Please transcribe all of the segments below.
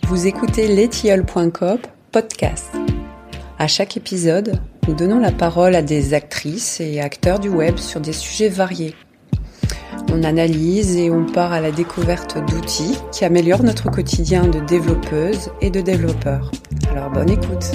Vous écoutez lestilleuls.com podcast. À chaque épisode, nous donnons la parole à des actrices et acteurs du web sur des sujets variés. On analyse et on part à la découverte d'outils qui améliorent notre quotidien de développeuses et de développeurs. Alors bonne écoute.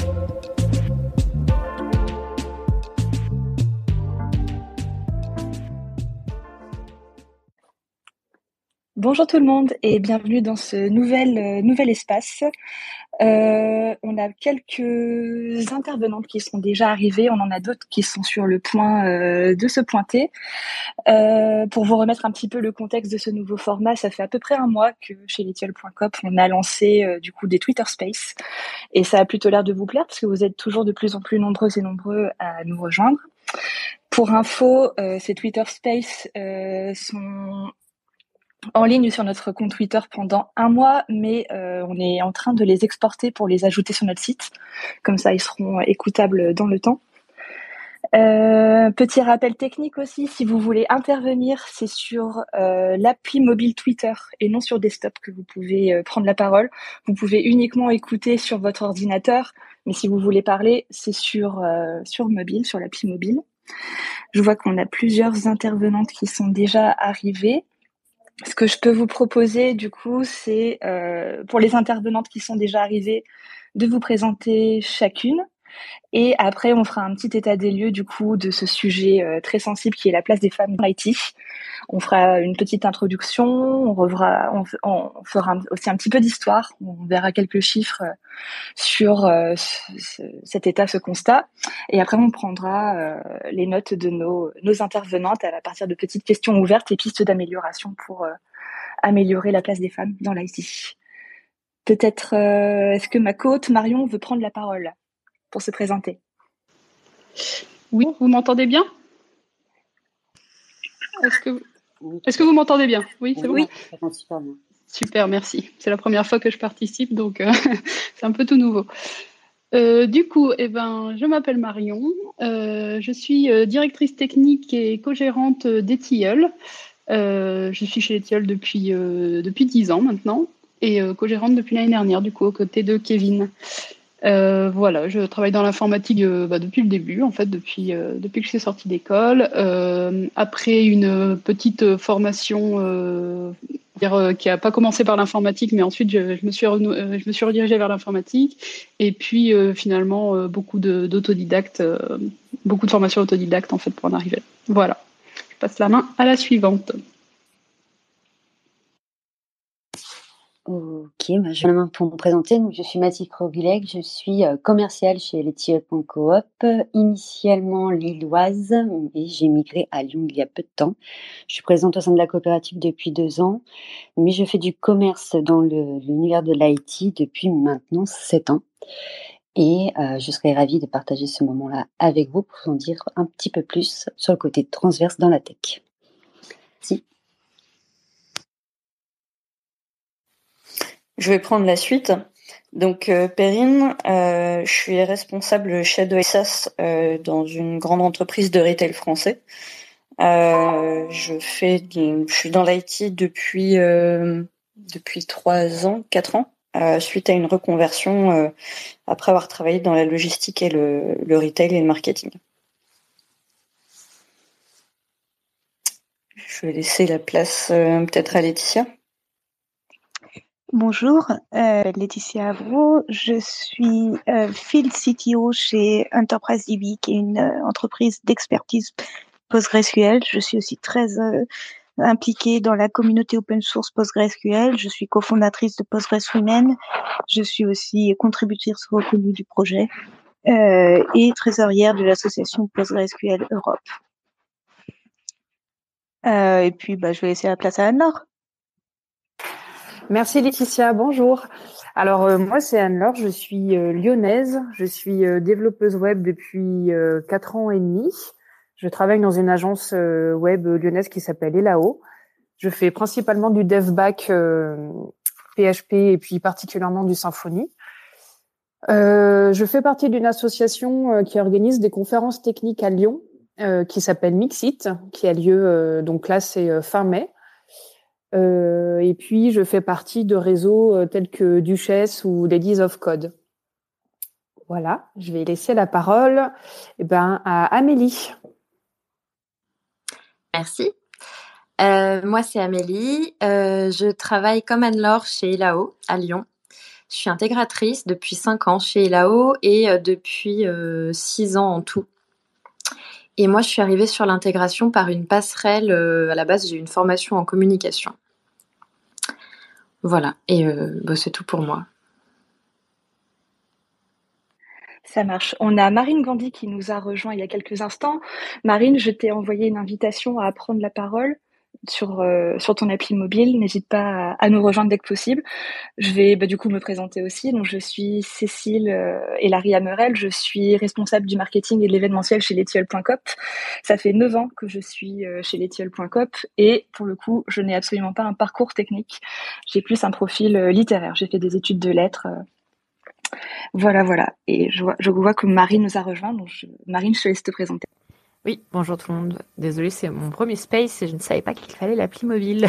Bonjour tout le monde et bienvenue dans ce nouvel espace. On a quelques intervenantes qui sont déjà arrivées, on en a d'autres qui sont sur le point de se pointer. Pour vous remettre un petit peu le contexte de ce nouveau format, ça fait à peu près un mois que chez lestilleuls.com on a lancé du coup des Twitter Space et ça a plutôt l'air de vous plaire parce que vous êtes toujours de plus en plus nombreuses et nombreux à nous rejoindre. Pour info, ces Twitter Space sont en ligne sur notre compte Twitter pendant un mois, mais on est en train de les exporter pour les ajouter sur notre site. Comme ça, ils seront écoutables dans le temps. Petit rappel technique aussi, si vous voulez intervenir, c'est sur l'appli mobile Twitter et non sur desktop que vous pouvez prendre la parole. Vous pouvez uniquement écouter sur votre ordinateur, mais si vous voulez parler, c'est sur mobile, sur l'appli mobile. Je vois qu'on a plusieurs intervenantes qui sont déjà arrivées. Ce que je peux vous proposer, du coup, c'est pour les intervenantes qui sont déjà arrivées, de vous présenter chacune. Et après, on fera un petit état des lieux, du coup, de ce sujet très sensible qui est la place des femmes dans l'IT. On fera une petite introduction, on fera aussi un petit peu d'histoire, on verra quelques chiffres sur cet état, ce constat. Et après, on prendra les notes de nos intervenantes à partir de petites questions ouvertes et pistes d'amélioration pour améliorer la place des femmes dans l'IT. Peut-être, est-ce que ma co-hôte Marion veut prendre la parole pour se présenter? Oui, vous m'entendez bien? Est-ce que vous m'entendez bien? Oui, c'est bon? Oui. Super, merci. C'est la première fois que je participe, donc c'est un peu tout nouveau. Du coup, je m'appelle Marion. Je suis directrice technique et co-gérante d'Etilleul. Je suis chez Etilleul depuis 10 ans maintenant et co-gérante depuis l'année dernière, du coup, aux côtés de Kevin. Voilà, je travaille dans l'informatique depuis le début, en fait, depuis que je suis sortie d'école. Après une petite formation qui a pas commencé par l'informatique, mais ensuite je me suis redirigée vers l'informatique. Et puis finalement beaucoup d'autodidactes, beaucoup de formations autodidactes en fait pour en arriver. Voilà, je passe la main à la suivante. Ok, je viens pour me présenter. Donc, je suis Mathilde Krogulek, je suis commerciale chez lestilleuls.coop, initialement lilloise, et j'ai migré à Lyon il y a peu de temps. Je suis présente au sein de la coopérative depuis 2 ans, mais je fais du commerce dans l'univers de l'IT depuis maintenant 7 ans. Et je serais ravie de partager ce moment-là avec vous pour vous en dire un petit peu plus sur le côté transverse dans la tech. Merci. Je vais prendre la suite. Donc Perrine, je suis responsable Shadow SaaS dans une grande entreprise de retail français. Je suis dans l'IT depuis 3 ans, 4 ans, suite à une reconversion après avoir travaillé dans la logistique et le retail et le marketing. Je vais laisser la place peut-être à Laetitia. Bonjour, Laetitia Avro. Je suis Field CTO chez EnterpriseDB, qui est une entreprise d'expertise PostgreSQL. Je suis aussi très impliquée dans la communauté open source PostgreSQL. Je suis cofondatrice de PostgreSwomen. Je suis aussi contributrice reconnue du projet et trésorière de l'association PostgreSQL Europe. Et puis, je vais laisser la place à Anne-Laure. Merci Laetitia, bonjour. Alors moi c'est Anne-Laure, je suis lyonnaise, je suis développeuse web depuis 4 ans et demi. Je travaille dans une agence web lyonnaise qui s'appelle Elao. Je fais principalement du dev back PHP et puis particulièrement du Symfony. Je fais partie d'une association qui organise des conférences techniques à Lyon qui s'appelle Mixit, qui a lieu donc là c'est fin mai. Et puis, je fais partie de réseaux tels que Duchesse ou Ladies of Code. Voilà, je vais laisser la parole à Amélie. Merci. Moi, c'est Amélie. Je travaille comme Anne-Laure chez Elao à Lyon. Je suis intégratrice depuis 5 ans chez Elao et depuis 6 ans en tout. Et moi, je suis arrivée sur l'intégration par une passerelle. À la base, j'ai eu une formation en communication. Voilà, et c'est tout pour moi. Ça marche. On a Marine Gandhi qui nous a rejoint il y a quelques instants. Marine, je t'ai envoyé une invitation à prendre la parole sur ton appli mobile. N'hésite pas à nous rejoindre dès que possible. Je vais du coup me présenter aussi. Donc je suis Cécile Elaria Merel. Je suis responsable du marketing et de l'événementiel chez Letiol.coop. Ça fait 9 ans que je suis chez Letiol.coop et pour le coup, je n'ai absolument pas un parcours technique. J'ai plus un profil littéraire. J'ai fait des études de lettres. Voilà. Et je vois que Marine nous a rejoint. Donc Marine, je te laisse te présenter. Oui, bonjour tout le monde. Désolée, c'est mon premier space et je ne savais pas qu'il fallait l'appli mobile.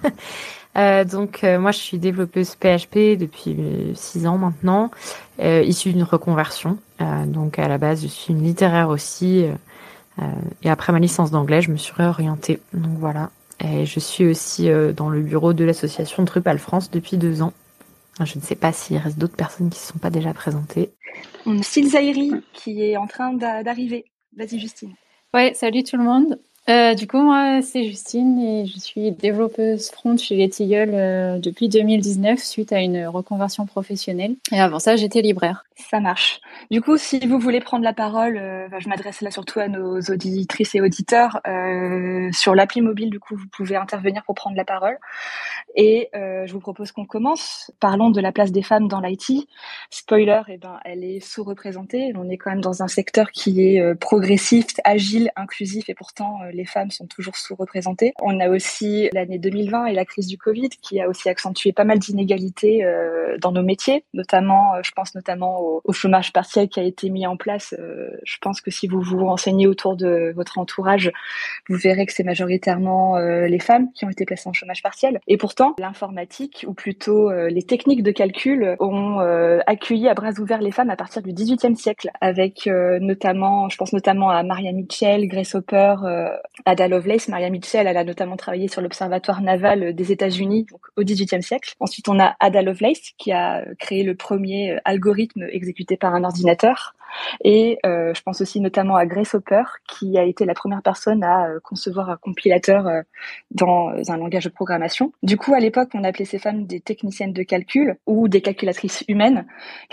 Moi, je suis développeuse PHP depuis 6 ans maintenant, issue d'une reconversion. Donc, à la base, je suis une littéraire aussi. Et après ma licence d'anglais, je me suis réorientée. Donc, voilà. Et je suis aussi dans le bureau de l'association Drupal France depuis 2 ans. Je ne sais pas s'il reste d'autres personnes qui ne se sont pas déjà présentées. On a Syl Zahiri qui est en train d'arriver. Vas-y, Justine. Ouais, salut tout le monde. Du coup, moi, c'est Justine et je suis développeuse front chez Les Tilleuls depuis 2019 suite à une reconversion professionnelle. Et avant ça, j'étais libraire. Ça marche. Du coup, si vous voulez prendre la parole, je m'adresse là surtout à nos auditrices et auditeurs. Sur l'appli mobile, du coup, vous pouvez intervenir pour prendre la parole. Et je vous propose qu'on commence. Parlons de la place des femmes dans l'IT. Spoiler, elle est sous-représentée. On est quand même dans un secteur qui est progressif, agile, inclusif, et pourtant les femmes sont toujours sous-représentées. On a aussi l'année 2020 et la crise du Covid qui a aussi accentué pas mal d'inégalités dans nos métiers, notamment, je pense notamment au chômage partiel qui a été mis en place. Je pense que si vous vous renseignez autour de votre entourage, vous verrez que c'est majoritairement les femmes qui ont été placées en chômage partiel. Et pourtant, l'informatique, ou plutôt les techniques de calcul, ont accueilli à bras ouverts les femmes à partir du XVIIIe siècle, avec notamment, je pense notamment à Maria Mitchell, Grace Hopper, Ada Lovelace. Maria Mitchell, elle a notamment travaillé sur l'observatoire naval des États-Unis donc au XVIIIe siècle. Ensuite, on a Ada Lovelace qui a créé le premier algorithme exécuté par un ordinateur. Et je pense aussi notamment à Grace Hopper qui a été la première personne à concevoir un compilateur dans un langage de programmation. Du coup, à l'époque, on appelait ces femmes des techniciennes de calcul ou des calculatrices humaines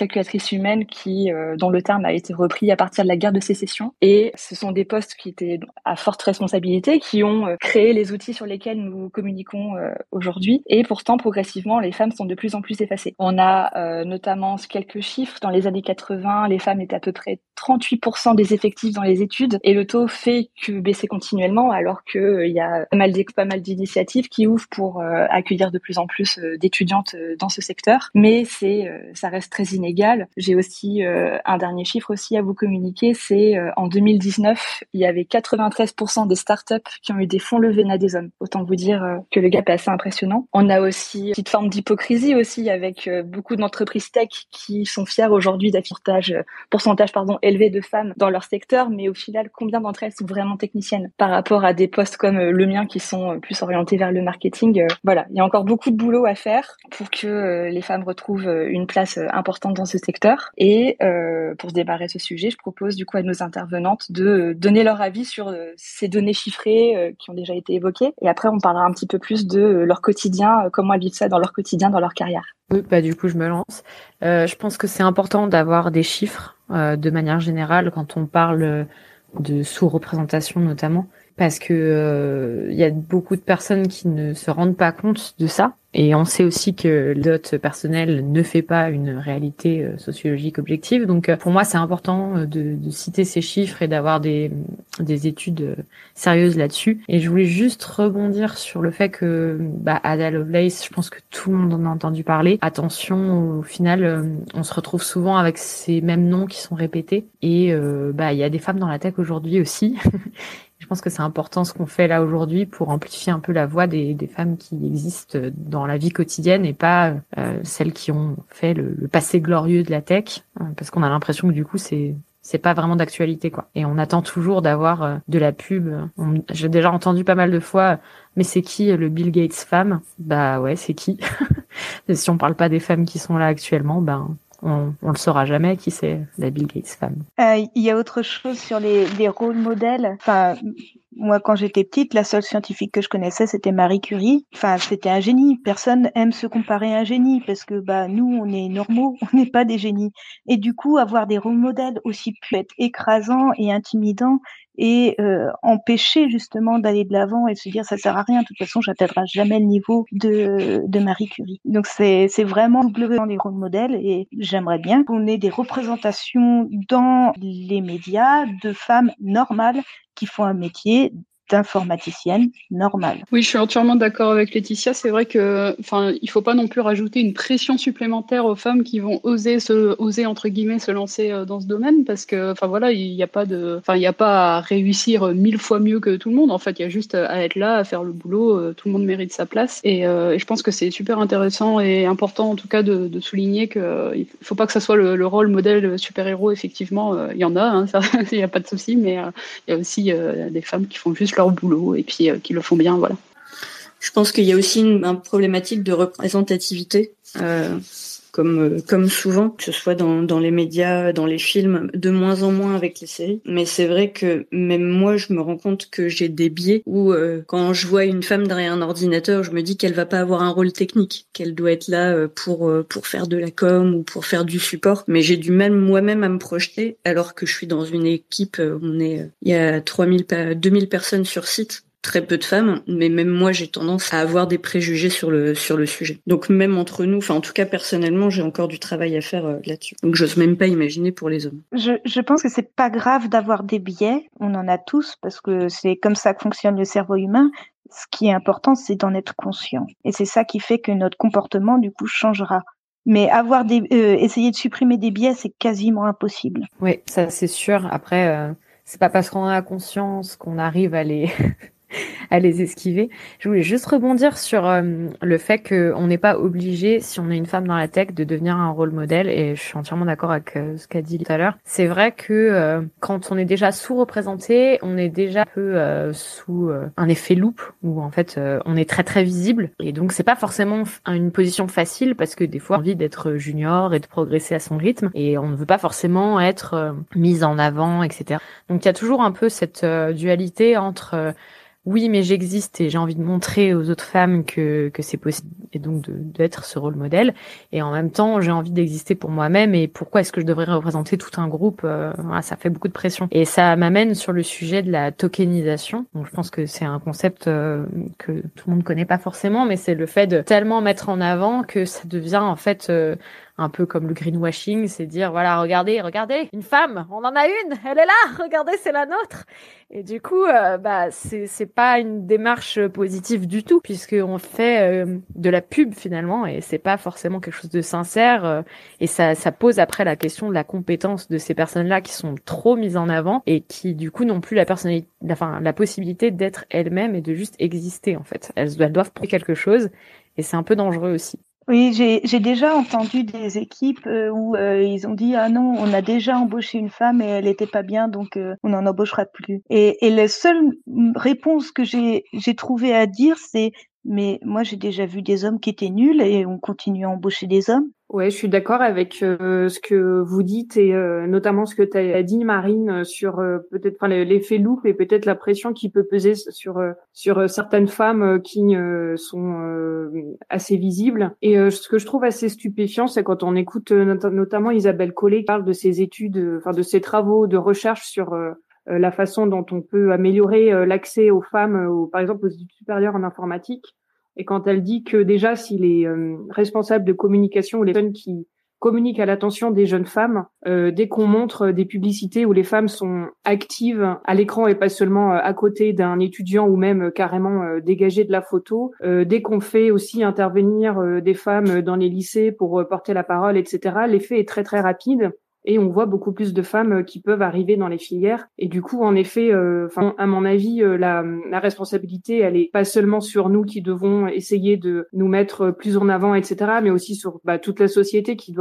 qui dont le terme a été repris à partir de la guerre de sécession. Et ce sont des postes qui étaient à forte responsabilité, qui ont créé les outils sur lesquels nous communiquons aujourd'hui. Et pourtant, progressivement, les femmes sont de plus en plus effacées. On a notamment quelques chiffres. Dans les années 80, les femmes étaient à peu près 38% des effectifs dans les études et le taux fait que baisser continuellement alors que il y a pas mal d'initiatives qui ouvrent pour accueillir de plus en plus d'étudiantes dans ce secteur, mais ça reste très inégal. J'ai aussi un dernier chiffre aussi à vous communiquer, c'est en 2019, il y avait 93% des startups qui ont eu des fonds levés à des hommes. Autant vous dire que le gap est assez impressionnant. On a aussi une petite forme d'hypocrisie aussi avec beaucoup d'entreprises tech qui sont fières aujourd'hui d'afficher pourcentage élevé de femmes dans leur secteur, mais au final, combien d'entre elles sont vraiment techniciennes par rapport à des postes comme le mien qui sont plus orientés vers le marketing. Voilà, il y a encore beaucoup de boulot à faire pour que les femmes retrouvent une place importante dans ce secteur. Et pour se débarrer ce sujet, je propose du coup à nos intervenantes de donner leur avis sur ces données chiffrées qui ont déjà été évoquées. Et après, on parlera un petit peu plus de leur quotidien, comment elles vivent ça dans leur quotidien, dans leur carrière. Oui, du coup, je me lance. Je pense que c'est important d'avoir des chiffres de manière générale quand on parle de sous-représentation notamment, parce que y a beaucoup de personnes qui ne se rendent pas compte de ça. Et on sait aussi que le dot personnel ne fait pas une réalité sociologique objective. Donc pour moi, c'est important de citer ces chiffres et d'avoir des études sérieuses là-dessus. Et je voulais juste rebondir sur le fait que Ada Lovelace, je pense que tout le monde en a entendu parler. Attention, au final, on se retrouve souvent avec ces mêmes noms qui sont répétés. Et il y a des femmes dans la tech aujourd'hui aussi. Je pense que c'est important ce qu'on fait là aujourd'hui pour amplifier un peu la voix des femmes qui existent dans la vie quotidienne et pas celles qui ont fait le passé glorieux de la tech, parce qu'on a l'impression que du coup c'est pas vraiment d'actualité, quoi. Et on attend toujours d'avoir de la pub. J'ai déjà entendu pas mal de fois, mais c'est qui le Bill Gates femme? Bah ouais, c'est qui? Et si on parle pas des femmes qui sont là actuellement, ben on le saura jamais qui c'est la Bill Gates femme. Il y a autre chose sur les rôles modèles. Enfin, moi, quand j'étais petite, la seule scientifique que je connaissais, c'était Marie Curie. Enfin, c'était un génie. Personne aime se comparer à un génie parce que nous, on est normaux, on n'est pas des génies. Et du coup, avoir des rôles modèles aussi pu être écrasants et intimidants et empêcher justement d'aller de l'avant et de se dire ça sert à rien. De toute façon, j'atteindrai jamais le niveau de Marie Curie. Donc c'est vraiment doubler dans les rôles modèles et j'aimerais bien qu'on ait des représentations dans les médias de femmes normales qui font un métier d'informaticienne normale. Oui, je suis entièrement d'accord avec Laetitia. C'est vrai que, il faut pas non plus rajouter une pression supplémentaire aux femmes qui vont oser entre guillemets se lancer dans ce domaine, parce que, il n'y a pas à réussir 1000 fois mieux que tout le monde. En fait, il y a juste à être là, à faire le boulot. Tout le monde mérite sa place. Et je pense que c'est super intéressant et important, en tout cas, de souligner que il faut pas que ça soit le rôle modèle super-héros. Effectivement, il y en a, hein, il n'y a pas de souci, mais il y a aussi des femmes qui font juste leur boulot et puis qui le font bien, voilà. Je pense qu'il y a aussi une problématique de représentativité, comme souvent, que ce soit dans les médias, dans les films, de moins en moins avec les séries. Mais c'est vrai que même moi, je me rends compte que j'ai des biais où quand je vois une femme derrière un ordinateur, je me dis qu'elle va pas avoir un rôle technique, qu'elle doit être là pour faire de la com ou pour faire du support. Mais j'ai du mal moi-même à me projeter, alors que je suis dans une équipe, il y a 2000 personnes sur site. Très peu de femmes, mais même moi j'ai tendance à avoir des préjugés sur le sujet. Donc même entre nous, en tout cas personnellement, j'ai encore du travail à faire là-dessus. Donc j'ose même pas imaginer pour les hommes. Je pense que c'est pas grave d'avoir des biais, on en a tous parce que c'est comme ça que fonctionne le cerveau humain. Ce qui est important, c'est d'en être conscient, et c'est ça qui fait que notre comportement du coup changera. Mais essayer de supprimer des biais, c'est quasiment impossible. Oui, ça c'est sûr. Après, c'est pas parce qu'on a conscience qu'on arrive à les à les esquiver. Je voulais juste rebondir sur le fait qu'on n'est pas obligé, si on est une femme dans la tech, de devenir un rôle modèle, et je suis entièrement d'accord avec ce qu'a dit tout à l'heure. C'est vrai que quand on est déjà sous-représenté, on est déjà un peu sous un effet loupe, où en fait on est très très visible, et donc c'est pas forcément une position facile, parce que des fois on a envie d'être junior et de progresser à son rythme, et on ne veut pas forcément être mise en avant, etc. Donc il y a toujours un peu cette dualité entre oui, mais j'existe et j'ai envie de montrer aux autres femmes que c'est possible, et donc d'être ce rôle modèle. Et en même temps, j'ai envie d'exister pour moi-même, et pourquoi est-ce que je devrais représenter tout un groupe? Voilà, ça fait beaucoup de pression. Et ça m'amène sur le sujet de la tokenisation. Donc je pense que c'est un concept que tout le monde connaît pas forcément, mais c'est le fait de tellement mettre en avant que ça devient en fait un peu comme le greenwashing, c'est dire voilà, regardez, une femme, on en a une, elle est là, regardez, c'est la nôtre. Et du coup, c'est pas une démarche positive du tout, puisqu'on fait de la pub finalement, et c'est pas forcément quelque chose de sincère. Et ça pose après la question de la compétence de ces personnes-là qui sont trop mises en avant et qui du coup n'ont plus la possibilité d'être elles-mêmes et de juste exister en fait. Elles doivent prouver quelque chose, et c'est un peu dangereux aussi. Oui, j'ai déjà entendu des équipes où ils ont dit ah non, on a déjà embauché une femme et elle était pas bien, donc on n'en embauchera plus. Et la seule réponse que j'ai trouvé à dire, c'est mais moi j'ai déjà vu des hommes qui étaient nuls et on continue à embaucher des hommes. Ouais, je suis d'accord avec ce que vous dites, et notamment ce que tu as dit, Marine, sur peut-être l'effet loupe et peut-être la pression qui peut peser sur certaines femmes qui sont assez visibles. Et ce que je trouve assez stupéfiant, c'est quand on écoute notamment Isabelle Collet qui parle de ses études, de ses travaux de recherche sur la façon dont on peut améliorer l'accès aux femmes, par exemple aux études supérieures en informatique. Et quand elle dit que déjà, si les responsables de communication ou les personnes qui communiquent à l'attention des jeunes femmes, dès qu'on montre des publicités où les femmes sont actives à l'écran et pas seulement à côté d'un étudiant ou même carrément dégagées de la photo, dès qu'on fait aussi intervenir des femmes dans les lycées pour porter la parole, etc., l'effet est très très rapide. et on voit beaucoup plus de femmes qui peuvent arriver dans les filières. Et du coup, en effet, à mon avis, la responsabilité, elle est pas seulement sur nous qui devons essayer de nous mettre plus en avant, etc., mais aussi sur toute la société qui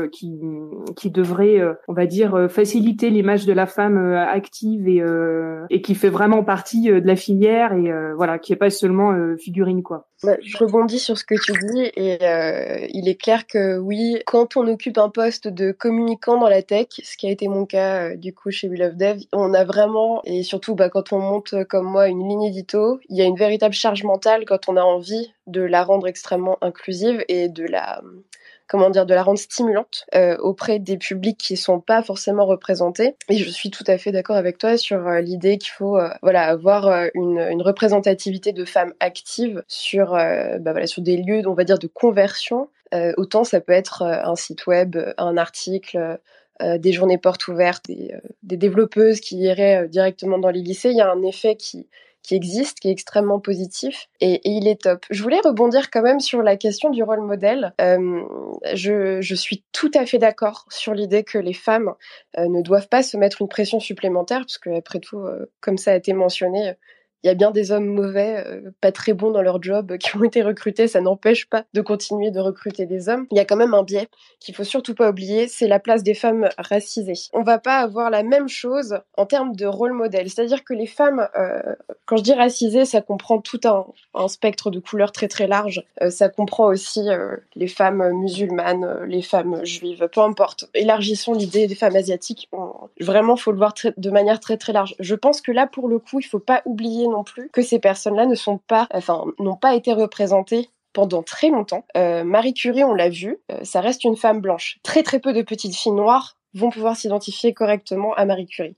devrait, on va dire, faciliter l'image de la femme active et qui fait vraiment partie de la filière et qui est pas seulement figurine, quoi. Je rebondis sur ce que tu dis et il est clair que oui, quand on occupe un poste de communicant dans la tech, ce qui a été mon cas du coup chez We Love Dev, on a vraiment, et surtout quand on monte comme moi une ligne édito, il y a une véritable charge mentale quand on a envie de la rendre extrêmement inclusive et de la rendre stimulante auprès des publics qui sont pas forcément représentés. Et je suis tout à fait d'accord avec toi sur l'idée qu'il faut avoir une représentativité de femmes actives sur des lieux, on va dire, de conversion. Autant ça peut être un site web, un article, des journées portes ouvertes, des développeuses qui iraient directement dans les lycées. Il y a un effet qui existe, qui est extrêmement positif et il est top. Je voulais rebondir quand même sur la question du rôle modèle. Je suis tout à fait d'accord sur l'idée que les femmes ne doivent pas se mettre une pression supplémentaire parce que après tout, comme ça a été mentionné, il y a bien des hommes mauvais, pas très bons dans leur job, qui ont été recrutés. Ça n'empêche pas de continuer de recruter des hommes. Il y a quand même un biais qu'il faut surtout pas oublier, c'est la place des femmes racisées. On va pas avoir la même chose en termes de rôle modèle. C'est-à-dire que les femmes, quand je dis racisées, ça comprend tout un spectre de couleurs très très large. Ça comprend aussi les femmes musulmanes, les femmes juives, peu importe. Élargissons l'idée des femmes asiatiques. Vraiment, faut le voir de manière très très large. Je pense que là, pour le coup, il faut pas oublier non plus que ces personnes-là n'ont pas été représentées pendant très longtemps. Marie Curie, on l'a vu, ça reste une femme blanche. Très très peu de petites filles noires vont pouvoir s'identifier correctement à Marie Curie.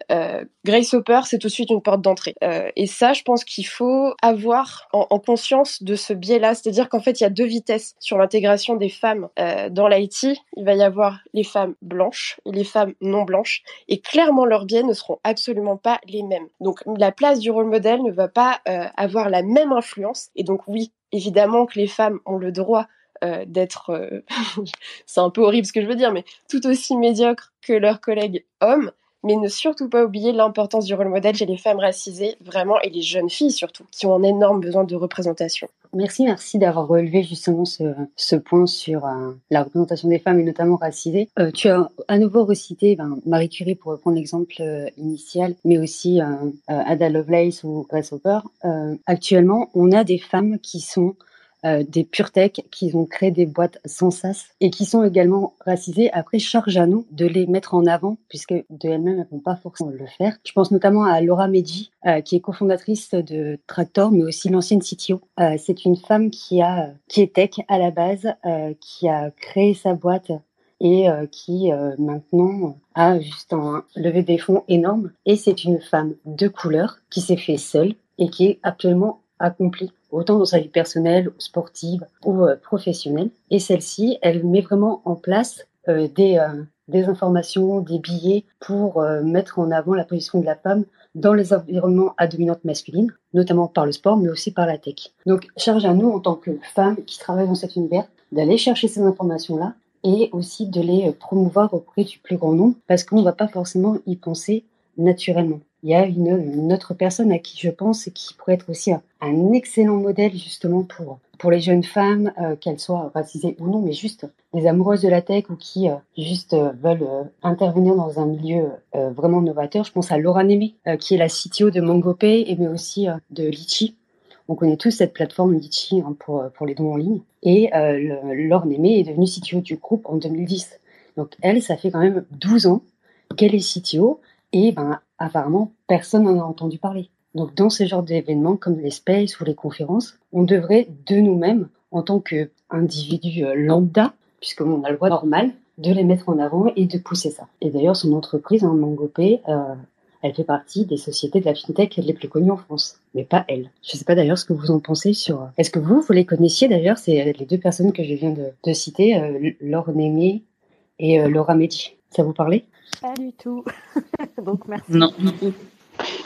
Grace Hopper, c'est tout de suite une porte d'entrée. Et ça, je pense qu'il faut avoir en conscience de ce biais-là. C'est-à-dire qu'en fait, il y a deux vitesses sur l'intégration des femmes dans l'IT. Il va y avoir les femmes blanches et les femmes non blanches. Et clairement, leurs biais ne seront absolument pas les mêmes. Donc, la place du rôle modèle ne va pas avoir la même influence. Et donc, oui, évidemment que les femmes ont le droit d'être, c'est un peu horrible ce que je veux dire, mais tout aussi médiocres que leurs collègues hommes, mais ne surtout pas oublier l'importance du rôle modèle chez les femmes racisées, vraiment, et les jeunes filles surtout, qui ont un énorme besoin de représentation. Merci d'avoir relevé justement ce point sur la représentation des femmes et notamment racisées. Tu as à nouveau recité Marie Curie pour reprendre l'exemple initial, mais aussi Ada Lovelace ou Grace Hopper. Actuellement, on a des femmes qui sont des pure tech qui ont créé des boîtes sans sas et qui sont également racisées. Après, charge à nous de les mettre en avant puisque de elles-mêmes, elles vont pas forcément le faire. Je pense notamment à Laura Medji, qui est cofondatrice de Tractor, mais aussi l'ancienne CTO. C'est une femme qui est tech à la base, qui a créé sa boîte et qui maintenant a juste levé des fonds énormes. Et c'est une femme de couleur qui s'est fait seule et qui est actuellement accomplie, autant dans sa vie personnelle, sportive ou professionnelle. Et celle-ci, elle met vraiment en place des informations, des billets pour mettre en avant la position de la femme dans les environnements à dominante masculine, notamment par le sport, mais aussi par la tech. Donc, charge à nous, en tant que femmes qui travaillent dans cet univers, d'aller chercher ces informations-là et aussi de les promouvoir auprès du plus grand nombre, parce qu'on ne va pas forcément y penser naturellement. Il y a une autre personne à qui je pense et qui pourrait être aussi un excellent modèle justement pour les jeunes femmes, qu'elles soient racisées ou non, mais juste des amoureuses de la tech ou qui juste veulent intervenir dans un milieu vraiment novateur. Je pense à Laura Némé, qui est la CTO de MangoPay, mais aussi de Litchi. On connaît tous cette plateforme Litchi pour les dons en ligne. Et Laura Némé est devenue CTO du groupe en 2010. Donc elle, ça fait quand même 12 ans qu'elle est CTO. Et apparemment, personne n'en a entendu parler. Donc, dans ce genre d'événements, comme les spaces ou les conférences, on devrait, de nous-mêmes, en tant qu'individu lambda, puisqu'on a le droit normal, de les mettre en avant et de pousser ça. Et d'ailleurs, son entreprise, MangoPay, elle fait partie des sociétés de la fintech les plus connues en France, mais pas elle. Je ne sais pas d'ailleurs ce que vous en pensez sur... Est-ce que vous les connaissiez d'ailleurs? C'est les deux personnes que je viens de citer, Laure Némé et Laura Medji. Ça vous parlait? Pas du tout. Donc merci. Non.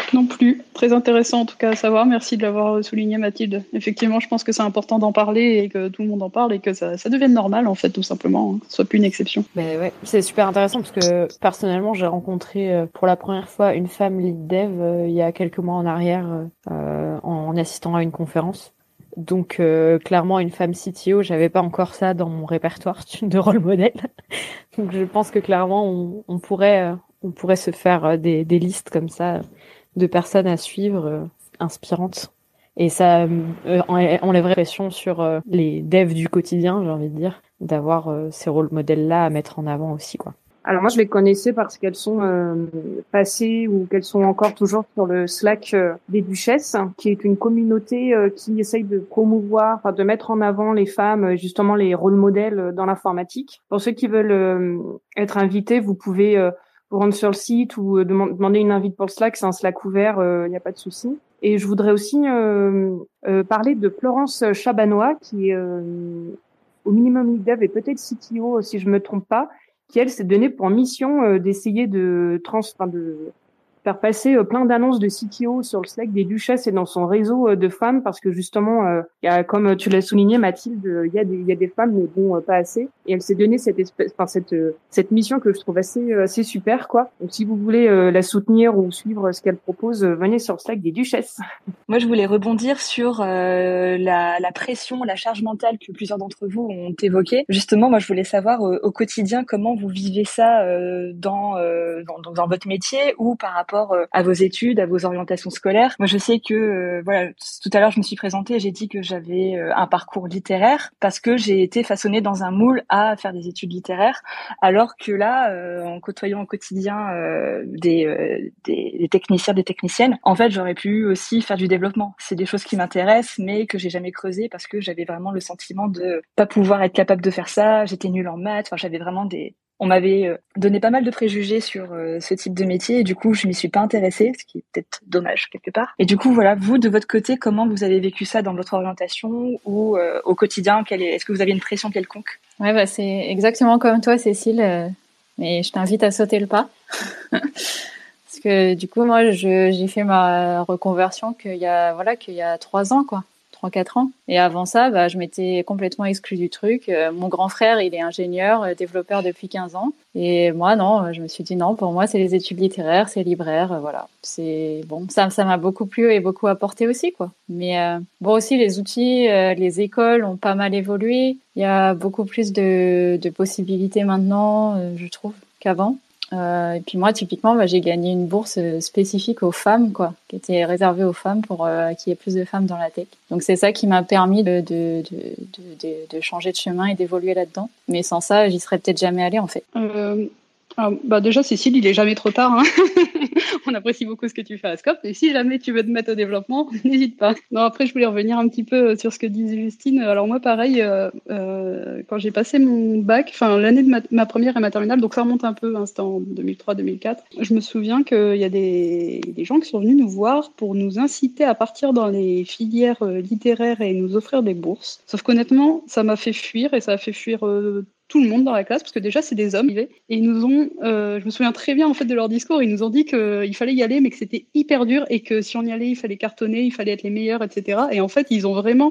Non plus. Très intéressant en tout cas à savoir. Merci de l'avoir souligné, Mathilde. Effectivement, je pense que c'est important d'en parler et que tout le monde en parle et que ça devienne normal en fait, tout simplement, hein, que ce soit plus une exception. Ben ouais, c'est super intéressant parce que personnellement, j'ai rencontré pour la première fois une femme lead dev il y a quelques mois en arrière en assistant à une conférence. Donc clairement, une femme CTO, j'avais pas encore ça dans mon répertoire de rôle modèle. Donc je pense que clairement, on pourrait se faire des listes comme ça de personnes à suivre inspirantes. Et ça enlèverait pression sur les devs du quotidien, j'ai envie de dire, d'avoir ces rôles modèles-là à mettre en avant aussi, quoi. Alors moi, je les connaissais parce qu'elles sont passées ou qu'elles sont encore toujours sur le Slack des Duchesses, qui est une communauté qui essaye de promouvoir, enfin, de mettre en avant les femmes, justement les rôles modèles dans l'informatique. Pour ceux qui veulent être invités, vous pouvez vous rendre sur le site ou demander une invite pour le Slack. C'est un Slack ouvert, il n'y a pas de souci. Et je voudrais aussi parler de Florence Chabanois, qui est au minimum lead dev et peut-être CTO, si je me trompe pas, qui elle s'est donné pour mission d'essayer de faire passer plein d'annonces de CTO sur le Slack des Duchesses et dans son réseau de femmes, parce que justement, il y a, comme tu l'as souligné, Mathilde, il y a des femmes, mais bon, pas assez. Et elle s'est donné cette mission que je trouve assez super, quoi. Donc, si vous voulez la soutenir ou suivre ce qu'elle propose, venez sur le Slack des Duchesses. Moi, je voulais rebondir sur la pression, la charge mentale que plusieurs d'entre vous ont évoquée. Justement, moi, je voulais savoir au quotidien comment vous vivez ça dans votre métier ou par rapport à vos études, à vos orientations scolaires. Moi, je sais que voilà, tout à l'heure, je me suis présentée, j'ai dit que j'avais un parcours littéraire parce que j'ai été façonnée dans un moule à faire des études littéraires, alors que là, en côtoyant au quotidien des techniciens, des techniciennes, en fait, j'aurais pu aussi faire du développement. C'est des choses qui m'intéressent, mais que j'ai jamais creusé parce que j'avais vraiment le sentiment de pas pouvoir être capable de faire ça. J'étais nulle en maths. Enfin, j'avais vraiment on m'avait donné pas mal de préjugés sur ce type de métier et du coup, je m'y suis pas intéressée, ce qui est peut-être dommage quelque part. Et du coup, voilà, vous, de votre côté, comment vous avez vécu ça dans votre orientation ou au quotidien? Est-ce que vous avez une pression quelconque? Ouais, bah, c'est exactement comme toi, Cécile. Mais je t'invite à sauter le pas. Parce que du coup, moi, j'ai fait ma reconversion qu'il y a 3 ans, quoi. 3-4 ans. Et avant ça, bah, je m'étais complètement exclue du truc. Mon grand frère, il est ingénieur, développeur depuis 15 ans. Et moi, non, je me suis dit non, pour moi, c'est les études littéraires, c'est libraire, voilà. C'est bon, ça m'a beaucoup plu et beaucoup apporté aussi, quoi. Mais bon, aussi, les outils, les écoles ont pas mal évolué. Il y a beaucoup plus de possibilités maintenant, je trouve, qu'avant. Et puis moi, typiquement, bah, j'ai gagné une bourse spécifique aux femmes, quoi, qui était réservée aux femmes pour qu'il y ait plus de femmes dans la tech. Donc c'est ça qui m'a permis de changer de chemin et d'évoluer là-dedans. Mais sans ça, j'y serais peut-être jamais allée, en fait. Bah déjà, Cécile, il est jamais trop tard, hein. On apprécie beaucoup ce que tu fais à Scope. Et si jamais tu veux te mettre au développement, n'hésite pas. Non, après, je voulais revenir un petit peu sur ce que disait Justine. Alors moi, pareil, quand j'ai passé mon bac, enfin l'année de ma première et ma terminale, donc ça remonte un peu, hein, c'était en 2003-2004. Je me souviens qu'il y a des gens qui sont venus nous voir pour nous inciter à partir dans les filières littéraires et nous offrir des bourses. Sauf qu'honnêtement, ça m'a fait fuir et ça a fait fuir tout le monde dans la classe, parce que déjà c'est des hommes, et ils nous ont, je me souviens très bien en fait de leur discours, ils nous ont dit qu'il fallait y aller, mais que c'était hyper dur et que si on y allait, il fallait cartonner, il fallait être les meilleurs, etc. Et en fait, ils ont vraiment,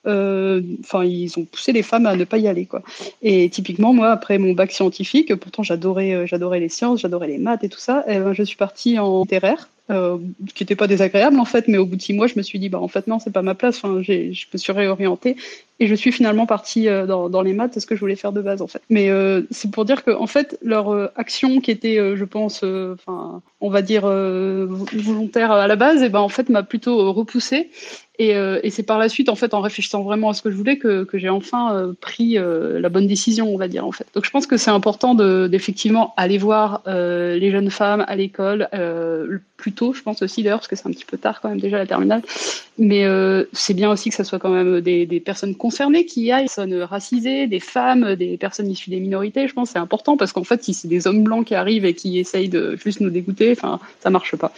ils ont poussé les femmes à ne pas y aller, quoi. Et typiquement, moi, après mon bac scientifique, pourtant j'adorais les sciences, j'adorais les maths et tout ça, et je suis partie en littéraire. Qui n'était pas désagréable en fait, mais au bout de 6 mois, je me suis dit, bah en fait non, c'est pas ma place. Enfin, je me suis réorientée et je suis finalement partie dans les maths, c'est ce que je voulais faire de base en fait. Mais c'est pour dire que en fait, leur action qui était, je pense, on va dire volontaire à la base, et ben en fait m'a plutôt repoussée. Et c'est par la suite, en fait, en réfléchissant vraiment à ce que je voulais, que j'ai enfin pris la bonne décision, on va dire, en fait. Donc, je pense que c'est important d'effectivement aller voir les jeunes femmes à l'école plus tôt, je pense aussi d'ailleurs, parce que c'est un petit peu tard quand même déjà la terminale. Mais c'est bien aussi que ça soit quand même des personnes concernées qui y aillent, des personnes racisées, des femmes, des personnes issues des minorités. Je pense que c'est important parce qu'en fait, si c'est des hommes blancs qui arrivent et qui essayent de juste nous dégoûter, enfin, ça marche pas.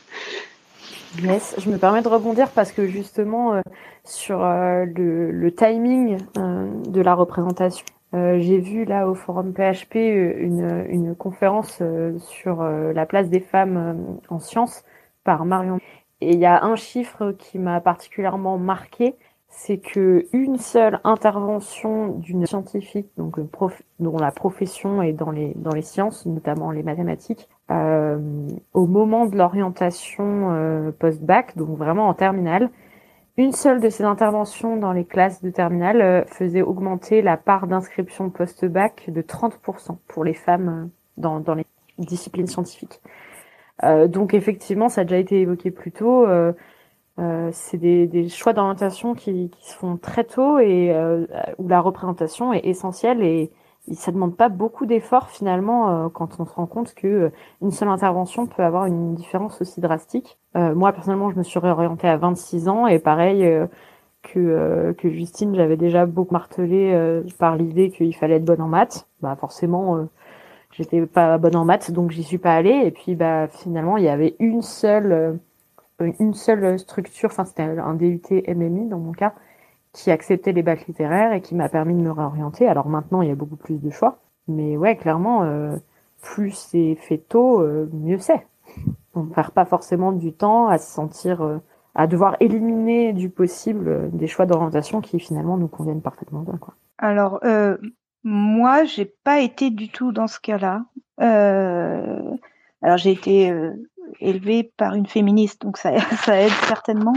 Yes, je me permets de rebondir parce que justement sur le timing de la représentation, j'ai vu là au forum PHP une conférence sur la place des femmes en sciences par Marion. Et il y a un chiffre qui m'a particulièrement marqué, c'est que une seule intervention d'une scientifique, donc dont la profession est dans les sciences, notamment les mathématiques, au moment de l'orientation post-bac, donc vraiment en terminale, une seule de ces interventions dans les classes de terminale faisait augmenter la part d'inscription post-bac de 30% pour les femmes dans les disciplines scientifiques. Donc effectivement, ça a déjà été évoqué plus tôt. C'est des choix d'orientation qui se font très tôt et où la représentation est essentielle et ça demande pas beaucoup d'efforts finalement quand on se rend compte que une seule intervention peut avoir une différence aussi drastique. Moi personnellement, je me suis réorientée à 26 ans et pareil que Justine, j'avais déjà beaucoup martelé par l'idée qu'il fallait être bonne en maths. Bah forcément, j'étais pas bonne en maths, donc j'y suis pas allée. Et puis bah finalement, il y avait une seule structure, enfin c'était un DUT MMI dans mon cas, qui acceptait les bacs littéraires et qui m'a permis de me réorienter. Alors maintenant, il y a beaucoup plus de choix, mais ouais, clairement, plus c'est fait tôt, mieux c'est. On ne perd pas forcément du temps à se sentir, à devoir éliminer du possible des choix d'orientation qui finalement nous conviennent parfaitement bien, quoi. Alors, moi, j'ai pas été du tout dans ce cas-là. Alors, j'ai été élevée par une féministe, donc ça aide certainement.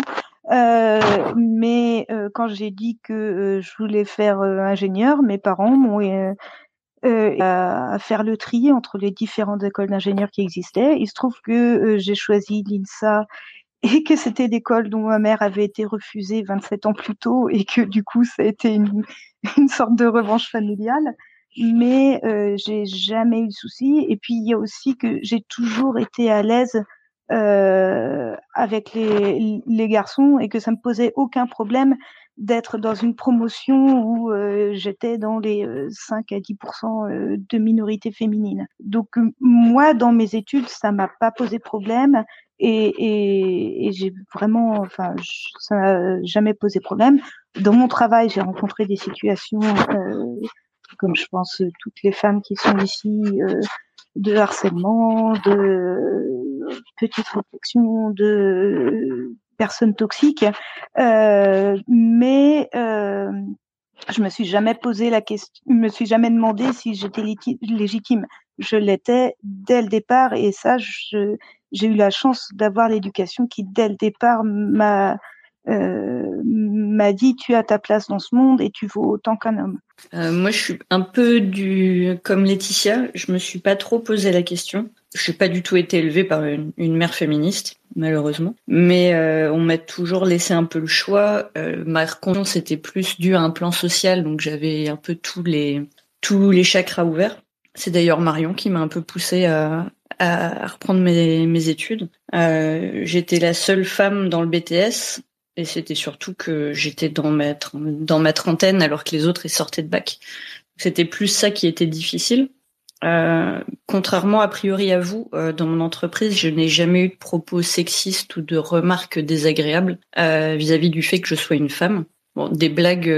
Mais quand j'ai dit que je voulais faire ingénieur, mes parents m'ont à faire le tri entre les différentes écoles d'ingénieurs qui existaient. Il se trouve que j'ai choisi l'INSA et que c'était l'école dont ma mère avait été refusée 27 ans plus tôt et que du coup ça a été une sorte de revanche familiale. Mais j'ai jamais eu de soucis. Et puis il y a aussi que j'ai toujours été à l'aise avec les garçons et que ça me posait aucun problème d'être dans une promotion où j'étais dans les 5 à 10% de minorité féminine. Donc moi, dans mes études, ça m'a pas posé problème et j'ai vraiment, enfin, ça n'a jamais posé problème. Dans mon travail, j'ai rencontré des situations, comme je pense toutes les femmes qui sont ici, de harcèlement, de petites réflexions, de personnes toxiques, mais je me suis jamais posé la question, me suis jamais demandé si j'étais légitime. Je l'étais dès le départ et ça, j'ai eu la chance d'avoir l'éducation qui dès le départ m'a dit tu as ta place dans ce monde et tu vaux autant qu'un homme. Moi, je suis un peu comme Laetitia. Je me suis pas trop posé la question. Je n'ai pas du tout été élevée par une mère féministe, malheureusement. Mais on m'a toujours laissé un peu le choix. Ma conscience était plus due à un plan social, donc j'avais un peu tous les chakras ouverts. C'est d'ailleurs Marion qui m'a un peu poussée à reprendre mes études. J'étais la seule femme dans le BTS. Et c'était surtout que j'étais dans ma trentaine alors que les autres ils sortaient de bac. C'était plus ça qui était difficile. Contrairement a priori à vous, dans mon entreprise, je n'ai jamais eu de propos sexistes ou de remarques désagréables vis-à-vis du fait que je sois une femme. Bon, des blagues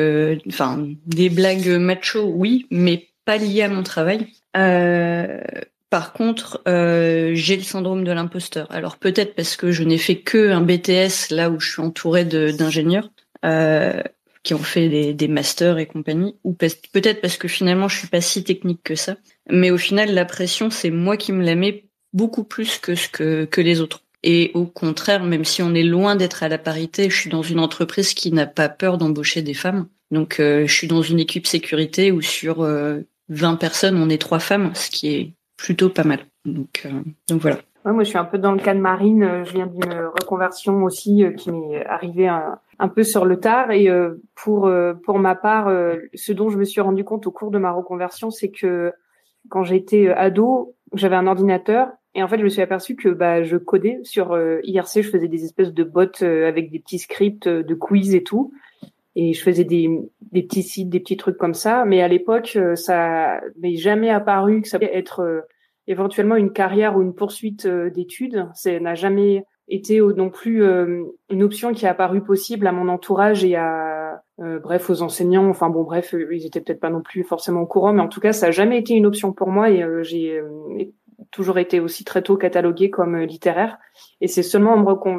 macho, oui, mais pas liées à mon travail. Par contre, j'ai le syndrome de l'imposteur. Alors peut-être parce que je n'ai fait que un BTS là où je suis entourée d'ingénieurs qui ont fait des masters et compagnie, ou peut-être parce que finalement je suis pas si technique que ça. Mais au final, la pression, c'est moi qui me la mets beaucoup plus que les autres. Et au contraire, même si on est loin d'être à la parité, je suis dans une entreprise qui n'a pas peur d'embaucher des femmes. Donc je suis dans une équipe sécurité où sur 20 personnes, on est 3 femmes, ce qui est plutôt pas mal. Donc voilà. Ouais, moi, je suis un peu dans le cas de Marine. Je viens d'une reconversion aussi qui m'est arrivée un peu sur le tard. Et pour ma part, ce dont je me suis rendu compte au cours de ma reconversion, c'est que quand j'étais ado, j'avais un ordinateur. Et en fait, je me suis aperçue que je codais sur IRC. Je faisais des espèces de bots avec des petits scripts de quiz et tout. Et je faisais des petits sites, des petits trucs comme ça. Mais à l'époque, ça m'est jamais apparu que ça pouvait être éventuellement une carrière ou une poursuite d'études. Ça n'a jamais été non plus une option qui est apparue possible à mon entourage et aux enseignants. Enfin bon, bref, ils étaient peut-être pas non plus forcément au courant, mais en tout cas, ça n'a jamais été une option pour moi et j'ai toujours été aussi très tôt cataloguée comme littéraire. Et c'est seulement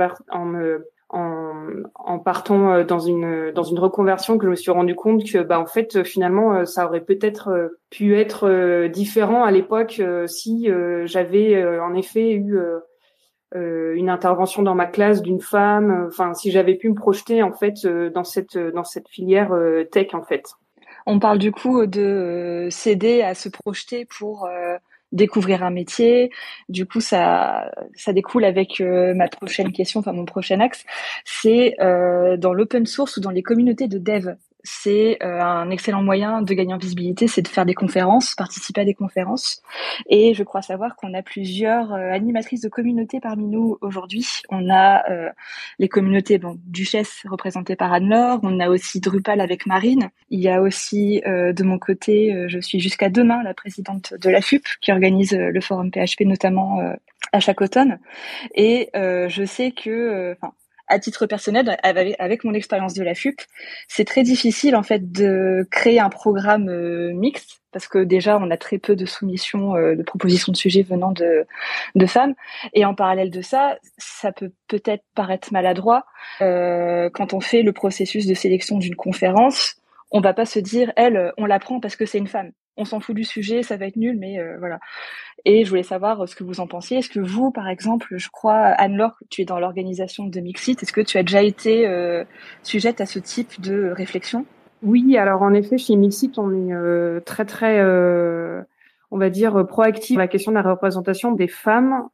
en partant dans une reconversion que je me suis rendu compte que en fait finalement ça aurait peut-être pu être différent à l'époque si j'avais en effet eu une intervention dans ma classe d'une femme, enfin si j'avais pu me projeter en fait dans cette filière tech en fait. On parle du coup de s'aider à se projeter pour découvrir un métier. Du coup, ça découle avec ma prochaine question, enfin mon prochain axe, c'est dans l'open source ou dans les communautés de dev. C'est un excellent moyen de gagner en visibilité, c'est de faire des conférences, participer à des conférences. Et je crois savoir qu'on a plusieurs animatrices de communautés parmi nous aujourd'hui. On a les communautés Duchesse représentées par Anne-Laure, on a aussi Drupal avec Marine. Il y a aussi de mon côté, je suis jusqu'à demain la présidente de la FUP qui organise le forum PHP notamment à chaque automne. Et je sais que, à titre personnel, avec mon expérience de la FUP, c'est très difficile en fait de créer un programme mixte parce que déjà on a très peu de soumissions, de propositions de sujets venant de femmes. Et en parallèle de ça, ça peut peut-être paraître maladroit quand on fait le processus de sélection d'une conférence. On va pas se dire on la prend parce que c'est une femme. On s'en fout du sujet, ça va être nul, mais voilà. Et je voulais savoir ce que vous en pensiez. Est-ce que vous, par exemple, je crois, Anne-Laure, tu es dans l'organisation de Mixit, est-ce que tu as déjà été sujette à ce type de réflexion ? Oui, alors en effet, chez Mixit, on est très, très, on va dire, proactif sur la question de la représentation des femmes.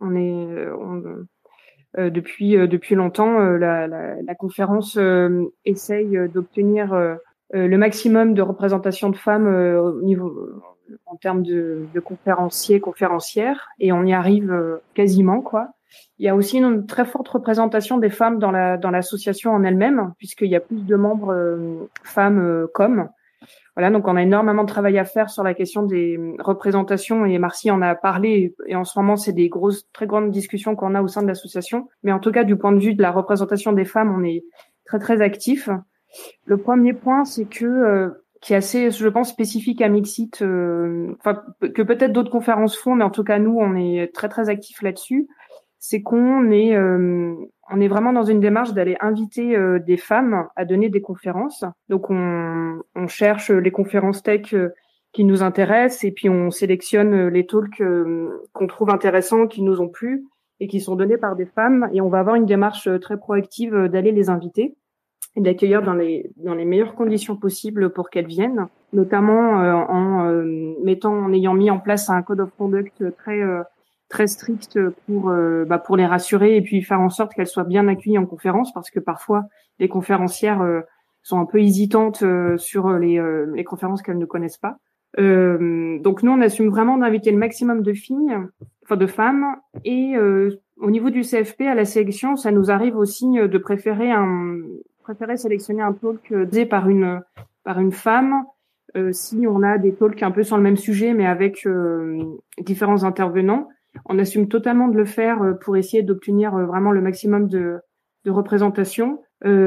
Depuis longtemps, la conférence essaye d'obtenir le maximum de représentation de femmes au niveau en termes de conférencières, et on y arrive quasiment, quoi. Il y a aussi une très forte représentation des femmes dans l'association en elle-même, puisqu'il y a plus de membres femmes comme. Voilà, donc on a énormément de travail à faire sur la question des représentations, et Marcy en a parlé, et en ce moment c'est des très grandes discussions qu'on a au sein de l'association. Mais en tout cas, du point de vue de la représentation des femmes, on est très très actif. Le premier point, c'est que qui est assez, je pense, spécifique à Mixit, que peut-être d'autres conférences font, mais en tout cas nous, on est très très actifs là-dessus. C'est qu'on est vraiment dans une démarche d'aller inviter des femmes à donner des conférences. Donc on cherche les conférences tech qui nous intéressent, et puis on sélectionne les talks qu'on trouve intéressants, qui nous ont plu et qui sont donnés par des femmes, et on va avoir une démarche très proactive d'aller les inviter et d'accueillir dans les meilleures conditions possibles pour qu'elles viennent, notamment en ayant mis en place un code of conduct très strict pour les rassurer, et puis faire en sorte qu'elles soient bien accueillies en conférence, parce que parfois les conférencières sont un peu hésitantes sur les conférences qu'elles ne connaissent pas. Donc nous, on assume vraiment d'inviter le maximum de de femmes, et au niveau du CFP, à la sélection, ça nous arrive aussi de préférer sélectionner un talk donné par une femme, si on a des talks un peu sur le même sujet mais avec différents intervenants. On assume totalement de le faire pour essayer d'obtenir vraiment le maximum de représentation.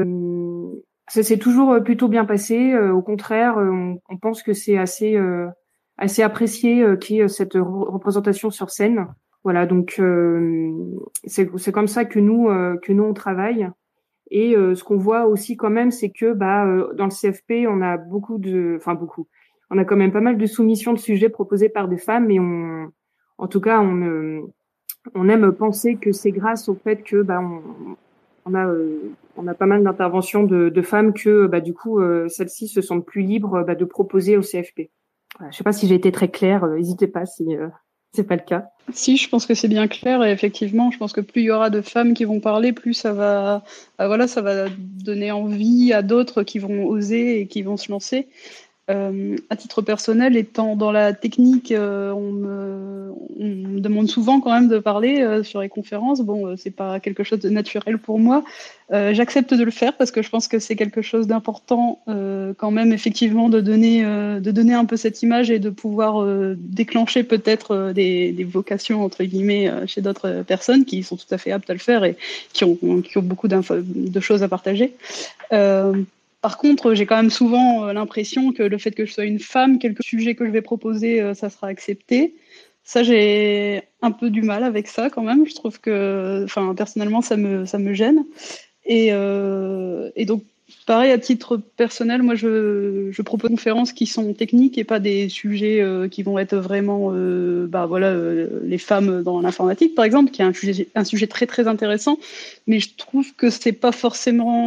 Ça s'est toujours plutôt bien passé. Au contraire, on pense que c'est assez apprécié qu'il y ait cette représentation sur scène. Voilà, donc c'est comme ça que nous on travaille. Et ce qu'on voit aussi quand même, c'est que dans le CFP, on a on a quand même pas mal de soumissions de sujets proposés par des femmes, et en tout cas, on aime penser que c'est grâce au fait que on a pas mal d'interventions de femmes que du coup celles-ci se sentent plus libres de proposer au CFP. Voilà, je sais pas si j'ai été très claire, n'hésitez pas si c'est pas le cas. Si, je pense que c'est bien clair, et effectivement, je pense que plus il y aura de femmes qui vont parler, plus ça va donner envie à d'autres qui vont oser et qui vont se lancer. À titre personnel, étant dans la technique, on me demande souvent quand même de parler sur les conférences. Bon, c'est pas quelque chose de naturel pour moi. J'accepte de le faire parce que je pense que c'est quelque chose d'important quand même, effectivement, de donner un peu cette image et de pouvoir déclencher peut-être des vocations entre guillemets chez d'autres personnes qui sont tout à fait aptes à le faire et qui ont beaucoup de choses à partager. Par contre, j'ai quand même souvent l'impression que le fait que je sois une femme, quelques sujets que je vais proposer, ça sera accepté. Ça, j'ai un peu du mal avec ça quand même. Je trouve que, enfin, personnellement, ça me gêne. Et donc, pareil, à titre personnel, moi, je propose des conférences qui sont techniques et pas des sujets qui vont être vraiment, les femmes dans l'informatique, par exemple, qui est un sujet très, très intéressant. Mais je trouve que c'est pas forcément,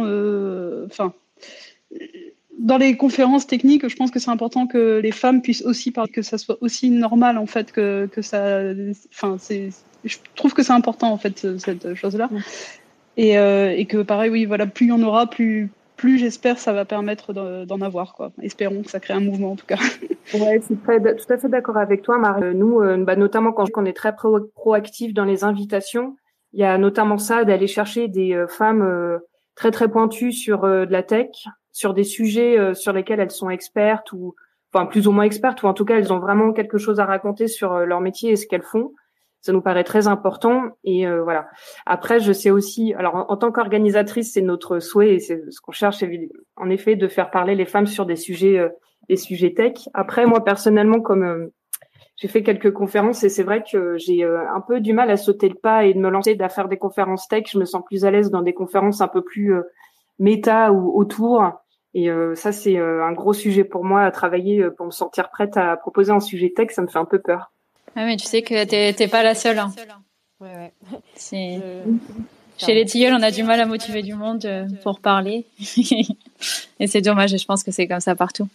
dans les conférences techniques, je pense que c'est important que les femmes puissent aussi parler, que ça soit aussi normal, en fait, que ça, enfin, je trouve que c'est important, en fait, cette chose-là. Et que pareil, oui, voilà, plus il y en aura, plus j'espère ça va permettre d'en avoir, quoi. Espérons que ça crée un mouvement, en tout cas. Ouais, je suis tout à fait d'accord avec toi, Marie. Nous, notamment quand on est très proactif dans les invitations, il y a notamment ça d'aller chercher des femmes très très pointues sur de la tech, sur des sujets sur lesquels elles sont expertes ou enfin plus ou moins expertes, ou en tout cas elles ont vraiment quelque chose à raconter sur leur métier et ce qu'elles font. Ça nous paraît très important. Et voilà. Après, je sais aussi, alors en tant qu'organisatrice, c'est notre souhait et c'est ce qu'on cherche, en effet, de faire parler les femmes sur des sujets tech. Après, moi personnellement, comme j'ai fait quelques conférences et c'est vrai que j'ai un peu du mal à sauter le pas et de me lancer à faire des conférences tech. Je me sens plus à l'aise dans des conférences un peu plus méta ou autour. Et ça, c'est un gros sujet pour moi à travailler pour me sentir prête à proposer un sujet tech. Ça me fait un peu peur. Ah, mais tu sais que t'es pas la seule. Hein. Ouais. Chez les tilleuls, on a du mal à motiver du monde pour parler. Et c'est dommage, et je pense que c'est comme ça partout.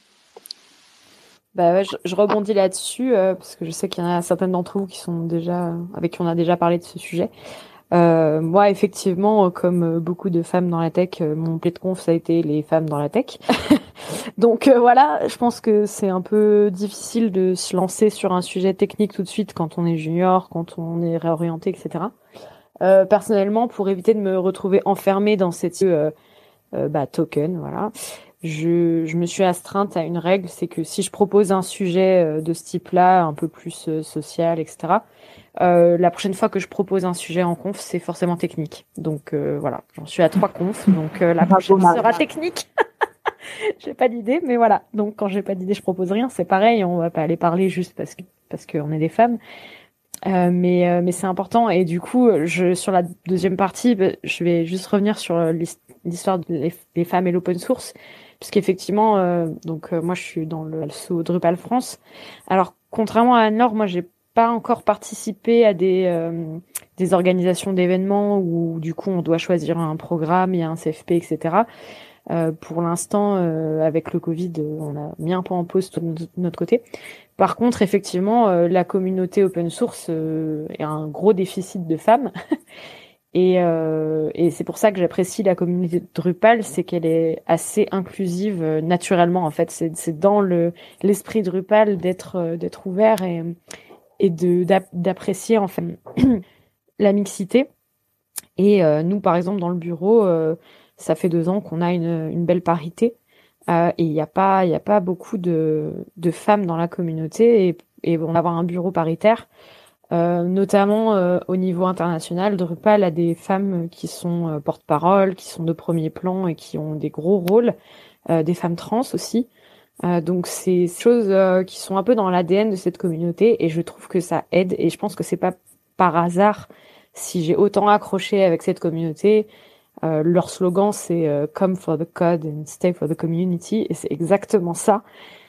Bah ouais, je rebondis là-dessus parce que je sais qu'il y en a certaines d'entre vous qui sont déjà avec qui on a déjà parlé de ce sujet. Moi, effectivement, comme beaucoup de femmes dans la tech, mon play de conf, ça a été les femmes dans la tech. Donc voilà, je pense que c'est un peu difficile de se lancer sur un sujet technique tout de suite quand on est junior, quand on est réorienté, etc. Personnellement, pour éviter de me retrouver enfermée dans cette token, voilà, je me suis astreinte à une règle, c'est que si je propose un sujet de ce type-là, un peu plus social, etc., la prochaine fois que je propose un sujet en conf, c'est forcément technique. Donc voilà, j'en suis à 3 confs, donc la prochaine sera technique. J'ai pas d'idée, mais voilà. Donc quand j'ai pas d'idée, je propose rien. C'est pareil, on va pas aller parler juste parce qu'on est des femmes. Mais c'est important. Et du coup, sur la deuxième partie, je vais juste revenir sur l'histoire des femmes et l'open source, puisqu'effectivement, moi je suis dans le ALSO Drupal France. Alors contrairement à Anne-Laure, moi j'ai pas encore participé à des organisations d'événements où du coup on doit choisir un programme, il y a un CFP, etc. Pour l'instant, avec le Covid, on a mis un peu en pause de notre côté. Par contre, effectivement, la communauté open source est un gros déficit de femmes. Et c'est pour ça que j'apprécie la communauté Drupal, c'est qu'elle est assez inclusive naturellement. En fait, c'est dans l'esprit Drupal d'être ouvert et d'apprécier en fait la mixité. Et nous, par exemple, dans le bureau, ça fait 2 ans qu'on a une belle parité. Et il n'y a pas beaucoup de femmes dans la communauté et on va avoir un bureau paritaire, notamment au niveau international. Drupal a des femmes qui sont porte-parole, qui sont de premier plan et qui ont des gros rôles, des femmes trans aussi. Donc c'est des choses qui sont un peu dans l'ADN de cette communauté et je trouve que ça aide et je pense que c'est pas par hasard si j'ai autant accroché avec cette communauté. Leur slogan, c'est Come for the code and stay for the community, et c'est exactement ça.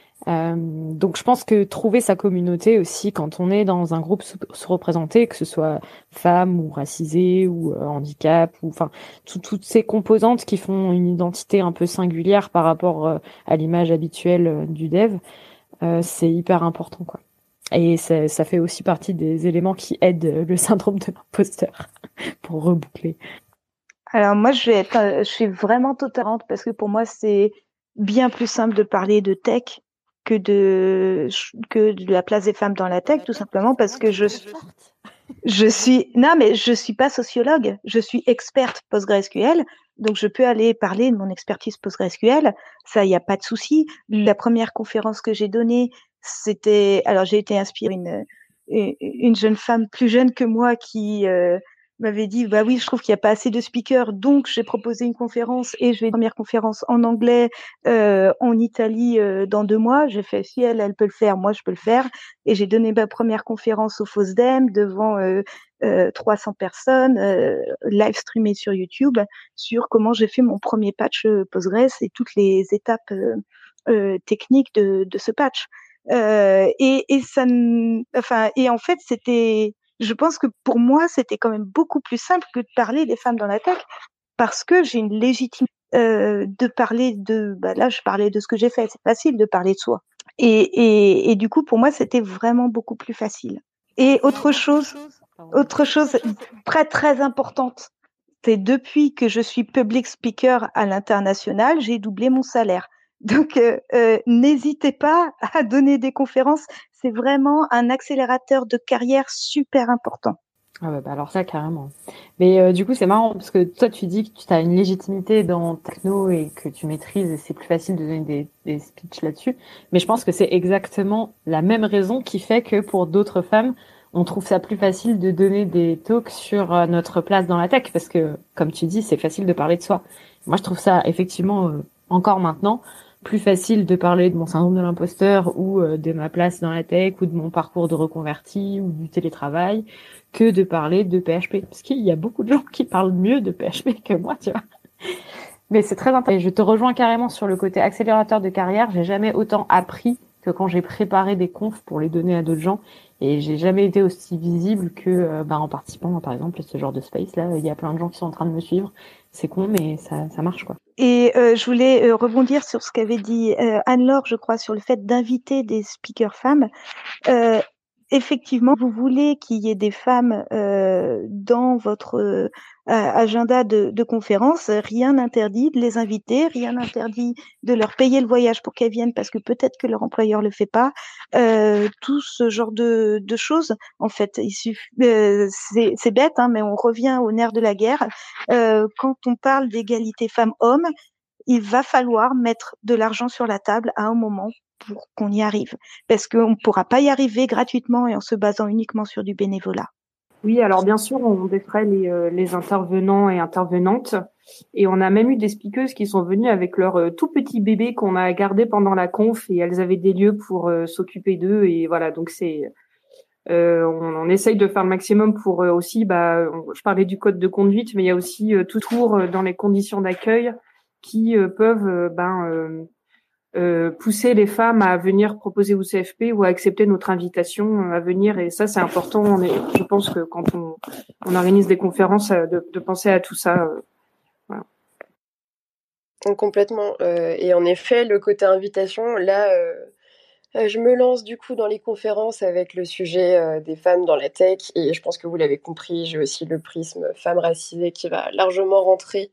Donc je pense que trouver sa communauté aussi quand on est dans un groupe sous-représenté, que ce soit femme ou racisé ou handicap, ou enfin toutes ces composantes qui font une identité un peu singulière par rapport à l'image habituelle du dev, c'est hyper important, quoi. Et ça fait aussi partie des éléments qui aident le syndrome de l'imposteur, pour reboucler. Alors moi, je suis vraiment tolérante parce que pour moi, c'est bien plus simple de parler de tech que de la place des femmes dans la tech, tout simplement parce que je suis pas sociologue, je suis experte PostgreSQL, donc je peux aller parler de mon expertise PostgreSQL, ça, il n'y a pas de souci. La première conférence que j'ai donnée, j'ai été inspirée une jeune femme plus jeune que moi qui m'avait dit, bah oui, je trouve qu'il n'y a pas assez de speakers, donc j'ai proposé une conférence et je vais une première conférence en anglais en Italie dans 2 mois. J'ai fait, si elle peut le faire, moi je peux le faire. Et j'ai donné ma première conférence au FOSDEM devant 300 personnes, live streamée sur YouTube, sur comment j'ai fait mon premier patch Postgres et toutes les étapes techniques de ce patch. Et en fait, je pense que pour moi, c'était quand même beaucoup plus simple que de parler des femmes dans la tech, parce que j'ai une légitimité de parler là, je parlais de ce que j'ai fait. C'est facile de parler de soi. Et du coup, pour moi, c'était vraiment beaucoup plus facile. Et autre chose très, très importante, c'est depuis que je suis public speaker à l'international, j'ai doublé mon salaire. Donc, n'hésitez pas à donner des conférences. C'est vraiment un accélérateur de carrière super important. Ah bah alors ça, carrément. Mais du coup, c'est marrant parce que toi, tu dis que tu as une légitimité dans techno et que tu maîtrises et c'est plus facile de donner des speeches là-dessus. Mais je pense que c'est exactement la même raison qui fait que pour d'autres femmes, on trouve ça plus facile de donner des talks sur notre place dans la tech parce que, comme tu dis, c'est facile de parler de soi. Moi, je trouve ça effectivement, encore maintenant, plus facile de parler de mon syndrome de l'imposteur ou de ma place dans la tech ou de mon parcours de reconverti ou du télétravail que de parler de PHP. Parce qu'il y a beaucoup de gens qui parlent mieux de PHP que moi, tu vois. Mais c'est très intéressant. Et je te rejoins carrément sur le côté accélérateur de carrière. J'ai jamais autant appris que quand j'ai préparé des confs pour les donner à d'autres gens. Et j'ai jamais été aussi visible que en participant, par exemple, à ce genre de space. Là, il y a plein de gens qui sont en train de me suivre. C'est con, mais ça marche, quoi. Et je voulais rebondir sur ce qu'avait dit Anne-Laure, je crois, sur le fait d'inviter des speakers femmes. Effectivement, vous voulez qu'il y ait des femmes dans votre agenda de conférence, rien n'interdit de les inviter, rien n'interdit de leur payer le voyage pour qu'elles viennent parce que peut-être que leur employeur le fait pas. Tout ce genre de choses, en fait, il suffit. C'est bête, hein, mais on revient au nerf de la guerre. Quand on parle d'égalité femmes-hommes, il va falloir mettre de l'argent sur la table à un moment pour qu'on y arrive. Parce qu'on ne pourra pas y arriver gratuitement et en se basant uniquement sur du bénévolat. Oui, alors bien sûr, on défraie les intervenants et intervenantes. Et on a même eu des speakers qui sont venus avec leur tout petit bébé qu'on a gardé pendant la conf et elles avaient des lieux pour s'occuper d'eux. Et voilà, donc on essaye de faire le maximum pour aussi, je parlais du code de conduite, mais il y a aussi tout tour dans les conditions d'accueil qui peuvent pousser les femmes à venir proposer au CFP ou à accepter notre invitation à venir. Et ça, c'est important. Je pense que quand on organise des conférences, de penser à tout ça. Voilà. Complètement. Et en effet, le côté invitation, là, je me lance du coup dans les conférences avec le sujet des femmes dans la tech. Et je pense que vous l'avez compris, j'ai aussi le prisme femmes racisées qui va largement rentrer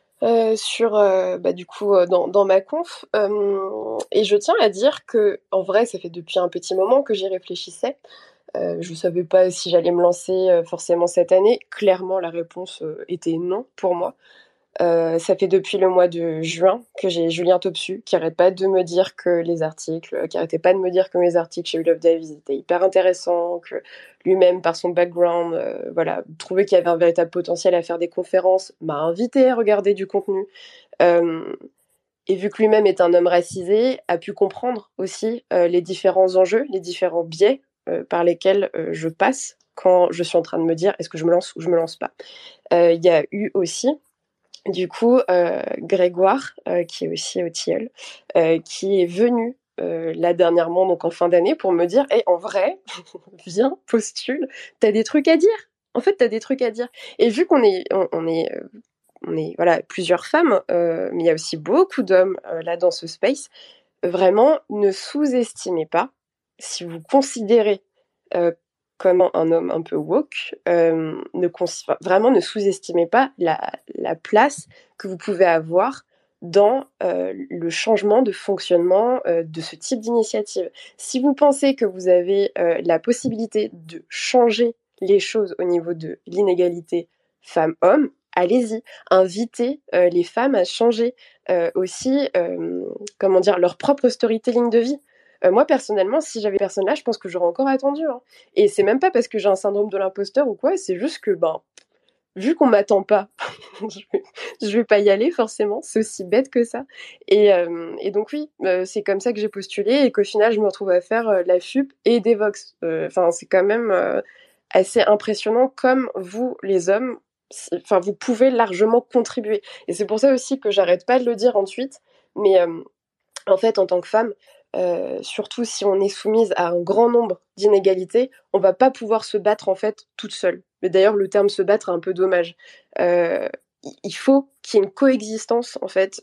dans ma conf. Et je tiens à dire que, en vrai, ça fait depuis un petit moment que j'y réfléchissais. Je savais pas si j'allais me lancer forcément cette année. Clairement, la réponse était non pour moi. Ça fait depuis le mois de juin que j'ai Julien Topsu qui arrête pas de me dire que qui arrêtait pas de me dire que mes articles chez We Love Dev, ils étaient hyper intéressants, que lui-même, par son background, trouvait qu'il y avait un véritable potentiel à faire des conférences, m'a invité à regarder du contenu. Et vu que lui-même est un homme racisé, a pu comprendre aussi les différents enjeux, les différents biais par lesquels je passe quand je suis en train de me dire est-ce que je me lance ou je me lance pas. Il y a eu aussi du coup Grégoire, qui est aussi au Tilleul, qui est venu là dernièrement, donc en fin d'année, pour me dire en vrai, viens, postule, t'as des trucs à dire. En fait, t'as des trucs à dire. Et vu qu'on est voilà, plusieurs femmes, mais il y a aussi beaucoup d'hommes là dans ce space, vraiment, ne sous-estimez pas, si vous considérez comme un homme un peu woke, vraiment ne sous-estimez pas la place que vous pouvez avoir dans le changement de fonctionnement de ce type d'initiative. Si vous pensez que vous avez la possibilité de changer les choses au niveau de l'inégalité femmes-hommes, allez-y, invitez les femmes à changer aussi leur propre storytelling de vie. Moi, personnellement, si j'avais personne là, je pense que j'aurais encore attendu. Hein. Et c'est même pas parce que j'ai un syndrome de l'imposteur ou quoi, c'est juste que vu qu'on m'attend pas, je vais pas y aller forcément, c'est aussi bête que ça. Et donc oui, c'est comme ça que j'ai postulé et qu'au final je me retrouve à faire la FUP et des Vox. Enfin, c'est quand même assez impressionnant comme vous, les hommes, enfin vous pouvez largement contribuer. Et c'est pour ça aussi que j'arrête pas de le dire ensuite, mais en fait, en tant que femme, surtout si on est soumise à un grand nombre d'inégalités, on va pas pouvoir se battre en fait toute seule. Mais d'ailleurs, le terme se battre est un peu dommage. Il faut qu'il y ait une coexistence en fait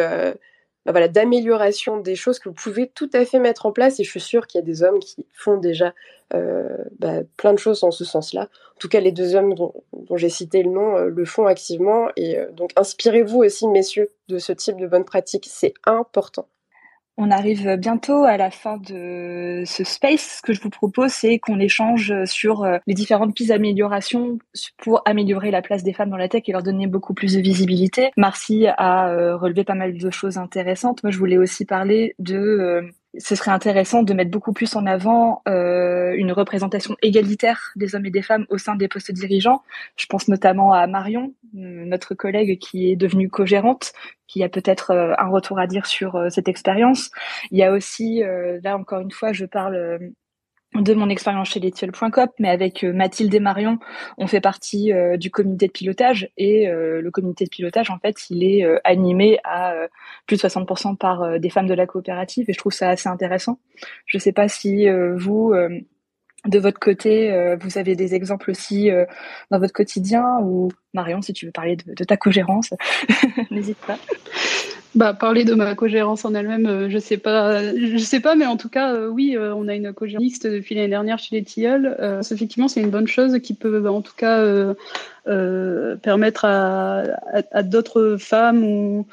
voilà, d'amélioration des choses que vous pouvez tout à fait mettre en place. Et je suis sûre qu'il y a des hommes qui font déjà plein de choses en ce sens-là. En tout cas, les 2 hommes dont j'ai cité le nom le font activement. Et donc, inspirez-vous aussi, messieurs, de ce type de bonnes pratiques. C'est important. On arrive bientôt à la fin de ce space. Ce que je vous propose, c'est qu'on échange sur les différentes pistes d'amélioration pour améliorer la place des femmes dans la tech et leur donner beaucoup plus de visibilité. Marcy a relevé pas mal de choses intéressantes. Moi, je voulais aussi parler de... ce serait intéressant de mettre beaucoup plus en avant une représentation égalitaire des hommes et des femmes au sein des postes dirigeants. Je pense notamment à Marion, notre collègue qui est devenue co-gérante, qui a peut-être un retour à dire sur cette expérience. Il y a aussi, là encore une fois, je parle de mon expérience chez Letiole.coop, mais avec Mathilde et Marion, on fait partie du comité de pilotage et le comité de pilotage, en fait, il est animé à plus de 60% par des femmes de la coopérative et je trouve ça assez intéressant. Je sais pas si vous... de votre côté, vous avez des exemples aussi dans votre quotidien ou Marion, si tu veux parler de ta co-gérance, n'hésite pas. Bah, parler de ma co-gérance en elle-même, je sais pas, mais en tout cas, oui, on a une co-gérance mixte depuis l'année dernière chez les Tilleuls. Effectivement, c'est une bonne chose qui peut, en tout cas, permettre à d'autres femmes ou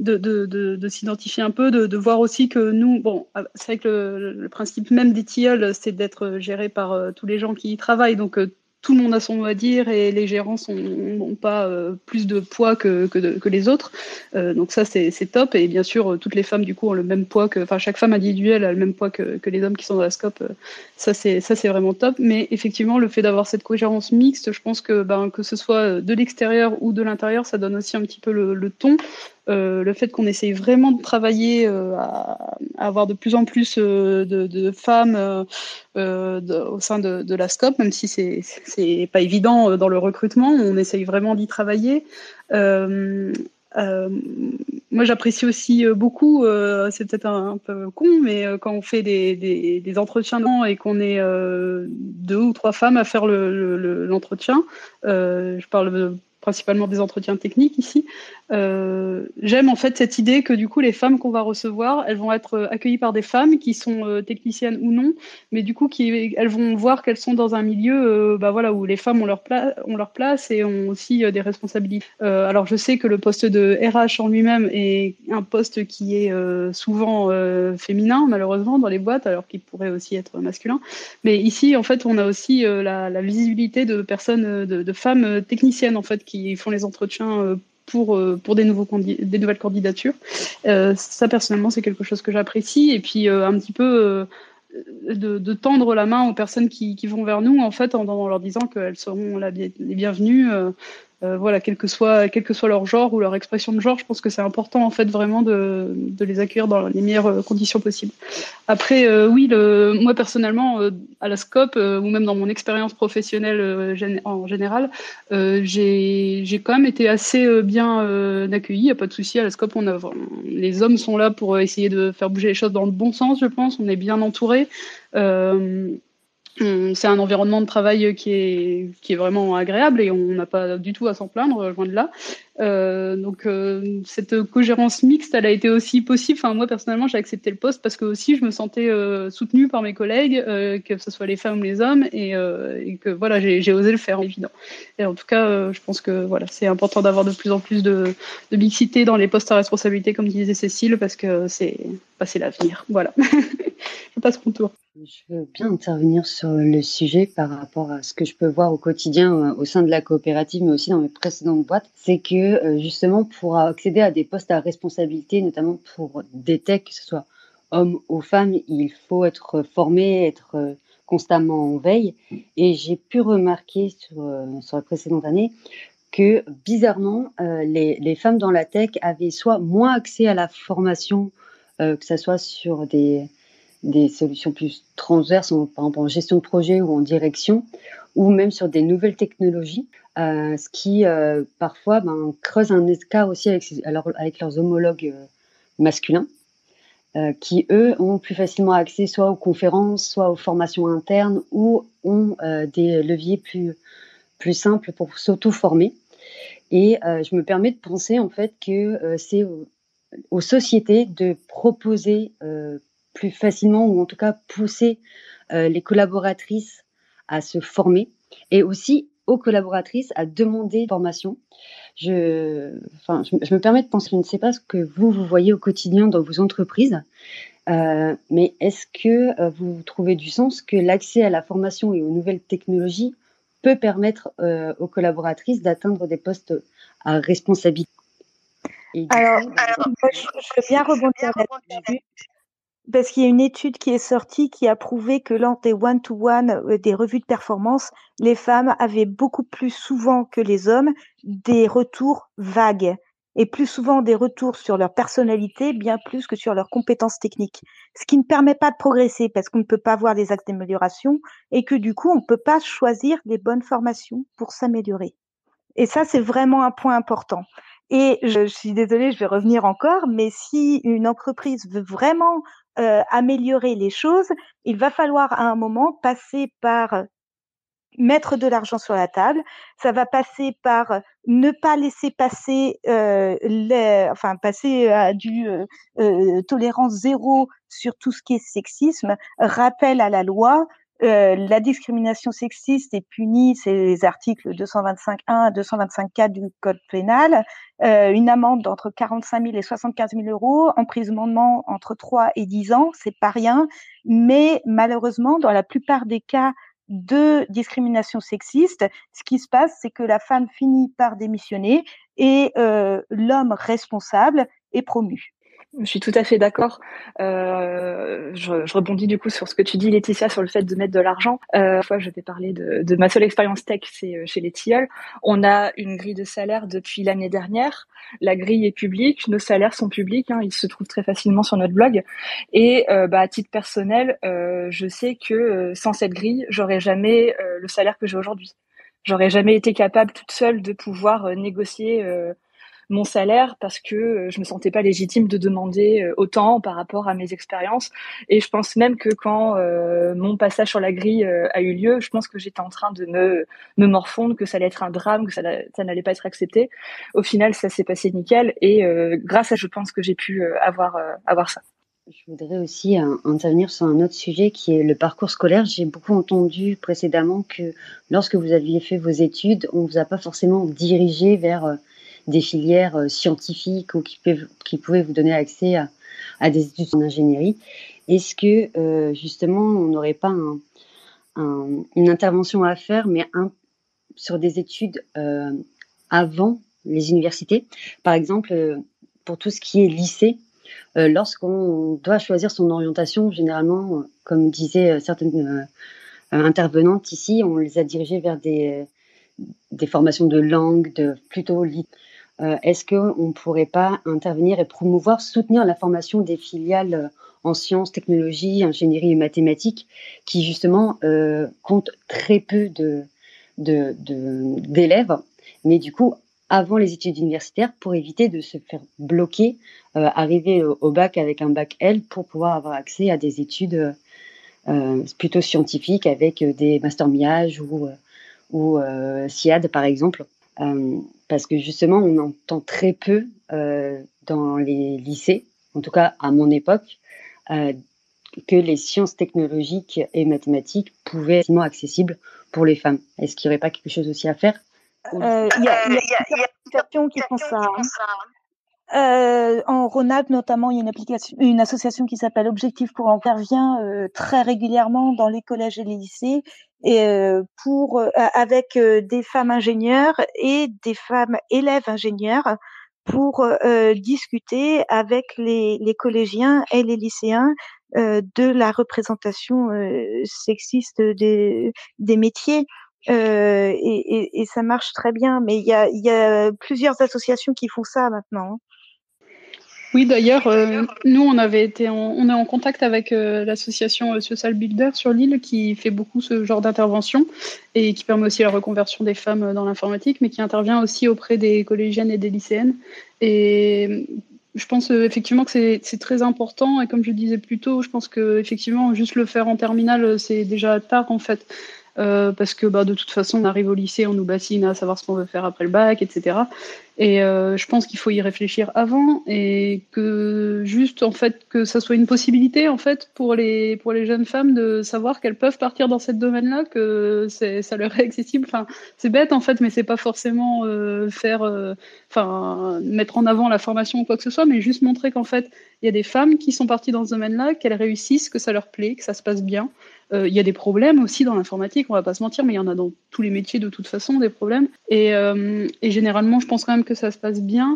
de s'identifier un peu, de voir aussi que nous, bon, c'est vrai que le principe même des Tilleuls, c'est d'être géré par tous les gens qui y travaillent, donc tout le monde a son mot à dire et les gérants n'ont pas plus de poids que les autres. Donc ça, c'est top. Et bien sûr, toutes les femmes, du coup, ont le même poids enfin, chaque femme individuelle a le même poids que les hommes qui sont dans la scope. Ça, c'est vraiment top. Mais effectivement, le fait d'avoir cette cohérence mixte, je pense que ce soit de l'extérieur ou de l'intérieur, ça donne aussi un petit peu le ton. Le fait qu'on essaye vraiment de travailler à avoir de plus en plus de femmes au sein de la SCOP, même si c'est pas évident dans le recrutement, on essaye vraiment d'y travailler. Moi, j'apprécie aussi beaucoup, c'est peut-être un peu con, mais quand on fait des entretiens et qu'on est 2 ou 3 femmes à faire l'entretien, je parle principalement des entretiens techniques ici. J'aime en fait cette idée que du coup les femmes qu'on va recevoir, elles vont être accueillies par des femmes qui sont techniciennes ou non, mais du coup elles vont voir qu'elles sont dans un milieu voilà, où les femmes ont leur place et ont aussi des responsabilités. Alors je sais que le poste de RH en lui-même est un poste qui est souvent féminin malheureusement dans les boîtes, alors qu'il pourrait aussi être masculin. Mais ici en fait on a aussi la visibilité de personnes, de femmes techniciennes en fait qui font les entretiens pour des nouvelles candidatures. Ça, personnellement, c'est quelque chose que j'apprécie. Et puis, un petit peu de tendre la main aux personnes qui vont vers nous, en fait, en leur disant qu'elles seront les bienvenues. Voilà, quel que soit leur genre ou leur expression de genre, je pense que c'est important en fait vraiment de les accueillir dans les meilleures conditions possibles. Après, oui, moi personnellement, à la SCOP ou même dans mon expérience professionnelle en général, j'ai quand même été assez bien accueillie. Y a pas de souci à la SCOP. Les hommes sont là pour essayer de faire bouger les choses dans le bon sens, je pense. On est bien entourés. C'est un environnement de travail qui est vraiment agréable et on n'a pas du tout à s'en plaindre, loin de là. Donc cette cogérance mixte, elle a été aussi possible. Enfin, moi personnellement, j'ai accepté le poste parce que aussi je me sentais soutenue par mes collègues, que ce soit les femmes ou les hommes, et que voilà, j'ai osé le faire, évident. Et en tout cas, je pense que voilà, c'est important d'avoir de plus en plus de mixité dans les postes à responsabilité, comme disait Cécile, parce que c'est l'avenir. Voilà. Je passe mon tour. Je veux bien intervenir sur le sujet par rapport à ce que je peux voir au quotidien au sein de la coopérative, mais aussi dans mes précédentes boîtes. C'est que justement, pour accéder à des postes à responsabilité, notamment pour des techs, que ce soit hommes ou femmes, il faut être formé, être constamment en veille. Et j'ai pu remarquer sur les précédentes années que bizarrement, les femmes dans la tech avaient soit moins accès à la formation, que ça soit sur des solutions plus transverses, par exemple en gestion de projet ou en direction, ou même sur des nouvelles technologies, ce qui parfois creuse un écart aussi avec leurs homologues masculins, qui eux ont plus facilement accès soit aux conférences, soit aux formations internes, ou ont des leviers plus simples pour s'auto-former. Et je me permets de penser en fait que c'est aux sociétés de proposer plus facilement, ou en tout cas pousser les collaboratrices à se former, et aussi aux collaboratrices à demander une formation. Je me permets de penser, je ne sais pas ce que vous voyez au quotidien dans vos entreprises, mais est-ce que vous trouvez du sens que l'accès à la formation et aux nouvelles technologies peut permettre aux collaboratrices d'atteindre des postes à responsabilité? Alors, moi, je veux bien rebondir là-dessus, parce qu'il y a une étude qui est sortie qui a prouvé que lors des one-to-one, des revues de performance, les femmes avaient beaucoup plus souvent que les hommes des retours vagues, et plus souvent des retours sur leur personnalité, bien plus que sur leurs compétences techniques. Ce qui ne permet pas de progresser, parce qu'on ne peut pas voir des axes d'amélioration, et que du coup, on ne peut pas choisir les bonnes formations pour s'améliorer. Et ça, c'est vraiment un point important. Et je suis désolée, je vais revenir encore, mais si une entreprise veut vraiment améliorer les choses, il va falloir à un moment passer par mettre de l'argent sur la table. Ça va passer par ne pas laisser passer passer à du tolérance zéro sur tout ce qui est sexisme, rappel à la loi. La discrimination sexiste est punie, c'est les articles 225.1 à 225.4 du Code pénal, une amende d'entre 45 000 et 75 000 euros, emprisonnement entre 3 et 10 ans, c'est pas rien, mais malheureusement, dans la plupart des cas de discrimination sexiste, ce qui se passe, c'est que la femme finit par démissionner et l'homme responsable est promu. Je suis tout à fait d'accord. Je rebondis du coup sur ce que tu dis, Laetitia, sur le fait de mettre de l'argent. Je vais parler de ma seule expérience tech, c'est chez les Tilleuls. On a une grille de salaire depuis l'année dernière. La grille est publique, nos salaires sont publics, ils se trouvent très facilement sur notre blog. Et à titre personnel, je sais que sans cette grille, j'aurais jamais le salaire que j'ai aujourd'hui. J'aurais jamais été capable toute seule de pouvoir négocier mon salaire parce que je me sentais pas légitime de demander autant par rapport à mes expériences. Et je pense même que quand mon passage sur la grille a eu lieu, je pense que j'étais en train de me morfondre, que ça allait être un drame, que ça n'allait pas être accepté. Au final, ça s'est passé nickel et grâce à, je pense que j'ai pu avoir ça. Je voudrais aussi intervenir sur un autre sujet qui est le parcours scolaire. J'ai beaucoup entendu précédemment que lorsque vous aviez fait vos études, on ne vous a pas forcément dirigé vers des filières scientifiques ou qui pouvaient vous donner accès à des études en ingénierie. Est-ce que justement on n'aurait pas une intervention à faire, mais sur des études avant les universités? Par exemple, pour tout ce qui est lycée, lorsqu'on doit choisir son orientation, généralement, comme disaient certaines intervenantes ici, on les a dirigés vers des formations de langue, plutôt est-ce qu'on ne pourrait pas intervenir et promouvoir, soutenir la formation des filiales en sciences, technologies, ingénierie et mathématiques, qui justement comptent très peu d'élèves, mais du coup, avant les études universitaires, pour éviter de se faire bloquer, arriver au bac avec un bac L pour pouvoir avoir accès à des études plutôt scientifiques avec des masters MIAGE ou SIAD par exemple. Parce que justement, on entend très peu dans les lycées, en tout cas à mon époque, que les sciences technologiques et mathématiques pouvaient être accessibles pour les femmes. Est-ce qu'il n'y aurait pas quelque chose aussi à faire? Il y a des associations qui font ça. En Rhône-Alpes notamment, il y a une association qui s'appelle Objectif pour intervient très régulièrement dans les collèges et les lycées et avec des femmes ingénieures et des femmes élèves ingénieurs pour discuter avec les collégiens et les lycéens de la représentation sexiste des métiers. et ça marche très bien. Mais il y a plusieurs associations qui font ça maintenant. Oui, d'ailleurs, nous, on est en contact avec l'association Social Builder sur l'île qui fait beaucoup ce genre d'intervention et qui permet aussi la reconversion des femmes dans l'informatique, mais qui intervient aussi auprès des collégiennes et des lycéennes. Et je pense effectivement que c'est très important. Et comme je disais plus tôt, je pense que effectivement, juste le faire en terminale, c'est déjà tard en fait. Parce que de toute façon, on arrive au lycée, on nous bassine à savoir ce qu'on veut faire après le bac, etc. Et je pense qu'il faut y réfléchir avant et que juste en fait que ça soit une possibilité en fait pour les jeunes femmes de savoir qu'elles peuvent partir dans ce domaine-là, que ça leur est accessible. Enfin, c'est bête en fait, mais c'est pas forcément mettre en avant la formation ou quoi que ce soit, mais juste montrer qu'en fait il y a des femmes qui sont parties dans ce domaine-là, qu'elles réussissent, que ça leur plaît, que ça se passe bien. Il y a des problèmes aussi dans l'informatique, on va pas se mentir, mais il y en a dans tous les métiers de toute façon, des problèmes. Et généralement, je pense quand même que ça se passe bien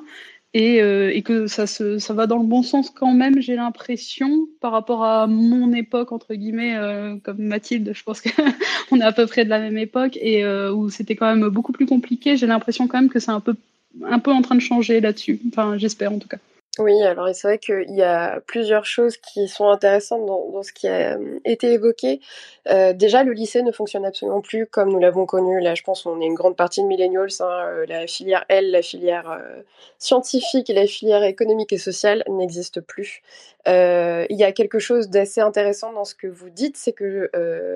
et que ça va dans le bon sens quand même, j'ai l'impression, par rapport à mon époque, entre guillemets, comme Mathilde, je pense qu'on est à peu près de la même époque, et où c'était quand même beaucoup plus compliqué. J'ai l'impression quand même que c'est un peu en train de changer là-dessus. Enfin, j'espère en tout cas. Oui, alors c'est vrai qu'il y a plusieurs choses qui sont intéressantes dans ce qui a été évoqué. Déjà, le lycée ne fonctionne absolument plus comme nous l'avons connu. Là, je pense qu'on est une grande partie de millennials. La filière L, la filière scientifique et la filière économique et sociale n'existent plus. Il y a quelque chose d'assez intéressant dans ce que vous dites, c'est que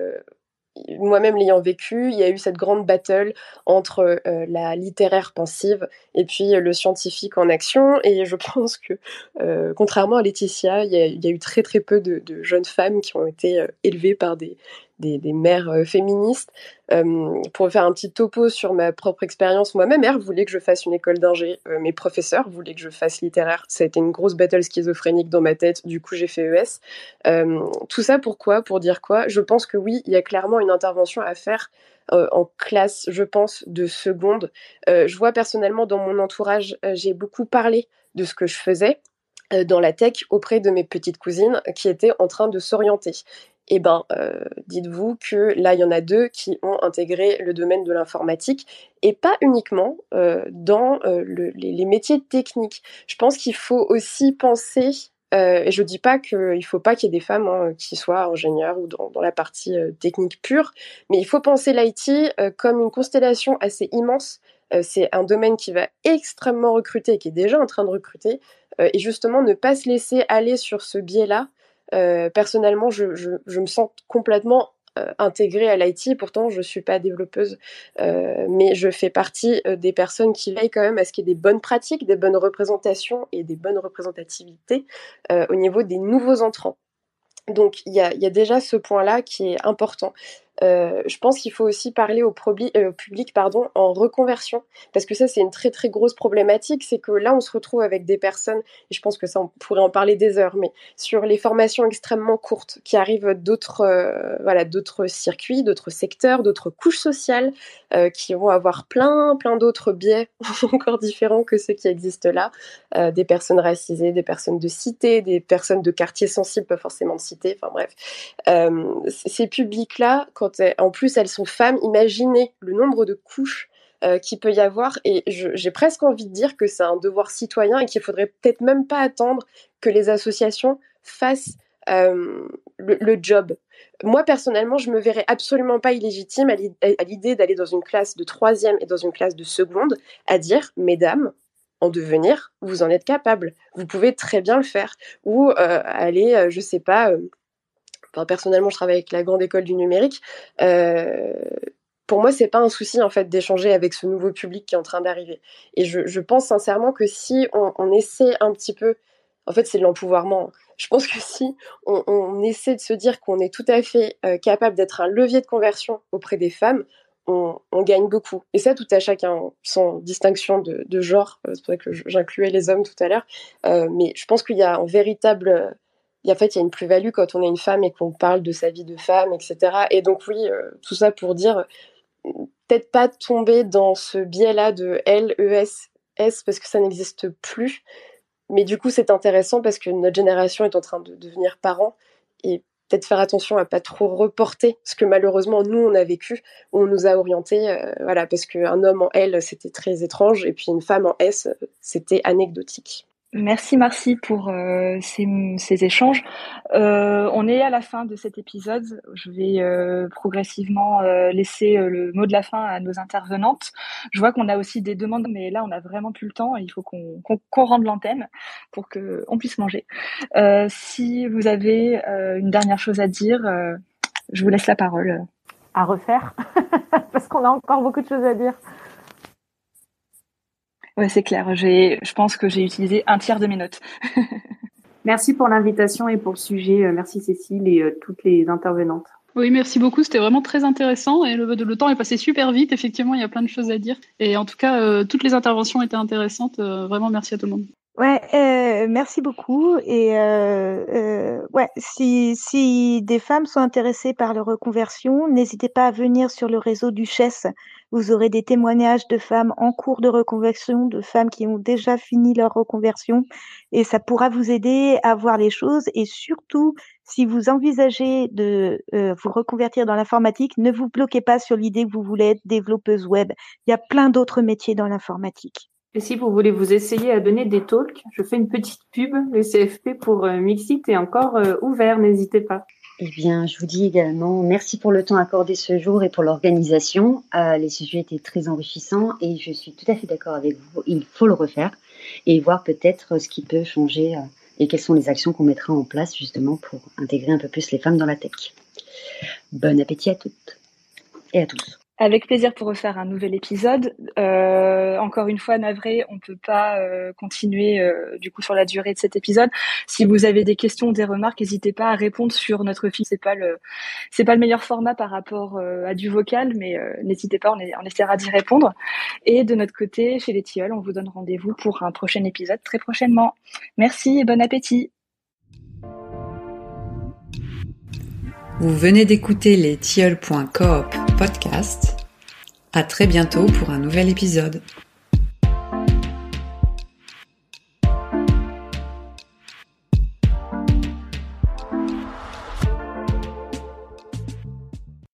moi-même l'ayant vécu, il y a eu cette grande battle entre la littéraire pensive et puis le scientifique en action. Et je pense que, contrairement à Laetitia, il y a eu très très peu de jeunes femmes qui ont été élevées par des mères féministes. Pour faire un petit topo sur ma propre expérience, moi, ma mère voulait que je fasse une école d'ingé. Mes professeurs voulaient que je fasse littéraire. Ça a été une grosse battle schizophrénique dans ma tête. Du coup, j'ai fait ES. Tout ça pourquoi ? Pour dire quoi ? Je pense que oui, il y a clairement une intervention à faire en classe, je pense, de seconde. Je vois personnellement dans mon entourage, j'ai beaucoup parlé de ce que je faisais dans la tech auprès de mes petites cousines qui étaient en train de s'orienter. Eh ben, dites-vous que là, il y en a 2 qui ont intégré le domaine de l'informatique et pas uniquement dans les métiers techniques. Je pense qu'il faut aussi penser, et je dis pas qu'il faut pas qu'il y ait des femmes qui soient ingénieurs ou dans la partie technique pure, mais il faut penser l'IT comme une constellation assez immense. C'est un domaine qui va extrêmement recruter et qui est déjà en train de recruter. Et justement, ne pas se laisser aller sur ce biais-là. Personnellement, je me sens complètement intégrée à l'IT, pourtant je ne suis pas développeuse, mais je fais partie des personnes qui veillent quand même à ce qu'il y ait des bonnes pratiques, des bonnes représentations et des bonnes représentativités au niveau des nouveaux entrants. Donc il y a déjà ce point-là qui est important. Je pense qu'il faut aussi parler au public en reconversion, parce que ça c'est une très très grosse problématique, c'est que là on se retrouve avec des personnes, et je pense que ça on pourrait en parler des heures, mais sur les formations extrêmement courtes qui arrivent d'autres circuits, d'autres secteurs, d'autres couches sociales, qui vont avoir plein d'autres biais encore différents que ceux qui existent là, des personnes racisées, des personnes de cité, des personnes de quartiers sensibles, pas forcément de cité, enfin bref. Ces publics-là, en plus elles sont femmes, imaginez le nombre de couches qu'il peut y avoir, et j'ai presque envie de dire que c'est un devoir citoyen et qu'il faudrait peut-être même pas attendre que les associations fassent le job. Moi personnellement, je me verrais absolument pas illégitime à l'idée d'aller dans une classe de 3e et dans une classe de seconde à dire, mesdames, en devenir, vous en êtes capables, vous pouvez très bien le faire, ou aller, je sais pas, personnellement je travaille avec la grande école du numérique, pour moi c'est pas un souci en fait d'échanger avec ce nouveau public qui est en train d'arriver, et je pense sincèrement que si on essaie un petit peu, en fait c'est de l'empouvoirment, je pense que si on essaie de se dire qu'on est tout à fait capable d'être un levier de conversion auprès des femmes, on gagne beaucoup. Et ça, tout à chacun, sans distinction de genre. C'est pour ça que j'incluais les hommes tout à l'heure. Mais je pense qu'il y a un véritable... il y a une plus-value quand on est une femme et qu'on parle de sa vie de femme, etc. Et donc oui, tout ça pour dire, peut-être pas tomber dans ce biais-là de L, E, S, parce que ça n'existe plus. Mais du coup, c'est intéressant parce que notre génération est en train de devenir parents. Et peut-être faire attention à pas trop reporter ce que malheureusement nous on a vécu, où on nous a orientés, voilà, parce qu'un homme en L c'était très étrange et puis une femme en S c'était anecdotique. Merci Marcy pour ces échanges. On est à la fin de cet épisode. Je vais progressivement laisser le mot de la fin à nos intervenantes. Je vois qu'on a aussi des demandes, mais là on a vraiment plus le temps. Il faut qu'on rende l'antenne pour qu'on puisse manger. Si vous avez une dernière chose à dire, je vous laisse la parole. À refaire, parce qu'on a encore beaucoup de choses à dire. Ouais, c'est clair. Je pense que j'ai utilisé un tiers de mes notes. Merci pour l'invitation et pour le sujet. Merci Cécile et toutes les intervenantes. Oui, merci beaucoup. C'était vraiment très intéressant et le temps est passé super vite. Effectivement, il y a plein de choses à dire. Et en tout cas, toutes les interventions étaient intéressantes. Vraiment, merci à tout le monde. Ouais, merci beaucoup. Et ouais, si des femmes sont intéressées par leur reconversion, n'hésitez pas à venir sur le réseau Duchesse. Vous aurez des témoignages de femmes en cours de reconversion, de femmes qui ont déjà fini leur reconversion, et ça pourra vous aider à voir les choses. Et surtout, si vous envisagez de vous reconvertir dans l'informatique, ne vous bloquez pas sur l'idée que vous voulez être développeuse web. Il y a plein d'autres métiers dans l'informatique. Et si vous voulez vous essayer à donner des talks, je fais une petite pub. Le CFP pour Mixit est encore ouvert, n'hésitez pas. Eh bien, je vous dis également merci pour le temps accordé ce jour et pour l'organisation. Les sujets étaient très enrichissants et je suis tout à fait d'accord avec vous. Il faut le refaire et voir peut-être ce qui peut changer et quelles sont les actions qu'on mettra en place justement pour intégrer un peu plus les femmes dans la tech. Bon appétit à toutes et à tous. Avec plaisir pour refaire un nouvel épisode. Encore une fois, navré, on peut pas continuer du coup sur la durée de cet épisode. Si vous avez des questions, des remarques, n'hésitez pas à répondre sur notre fil. C'est pas le meilleur format par rapport à du vocal, mais n'hésitez pas, on essaiera d'y répondre. Et de notre côté, chez les Tilleuls, on vous donne rendez-vous pour un prochain épisode très prochainement. Merci et bon appétit. Vous venez d'écouter les Tilleuls.coop podcast. À très bientôt pour un nouvel épisode.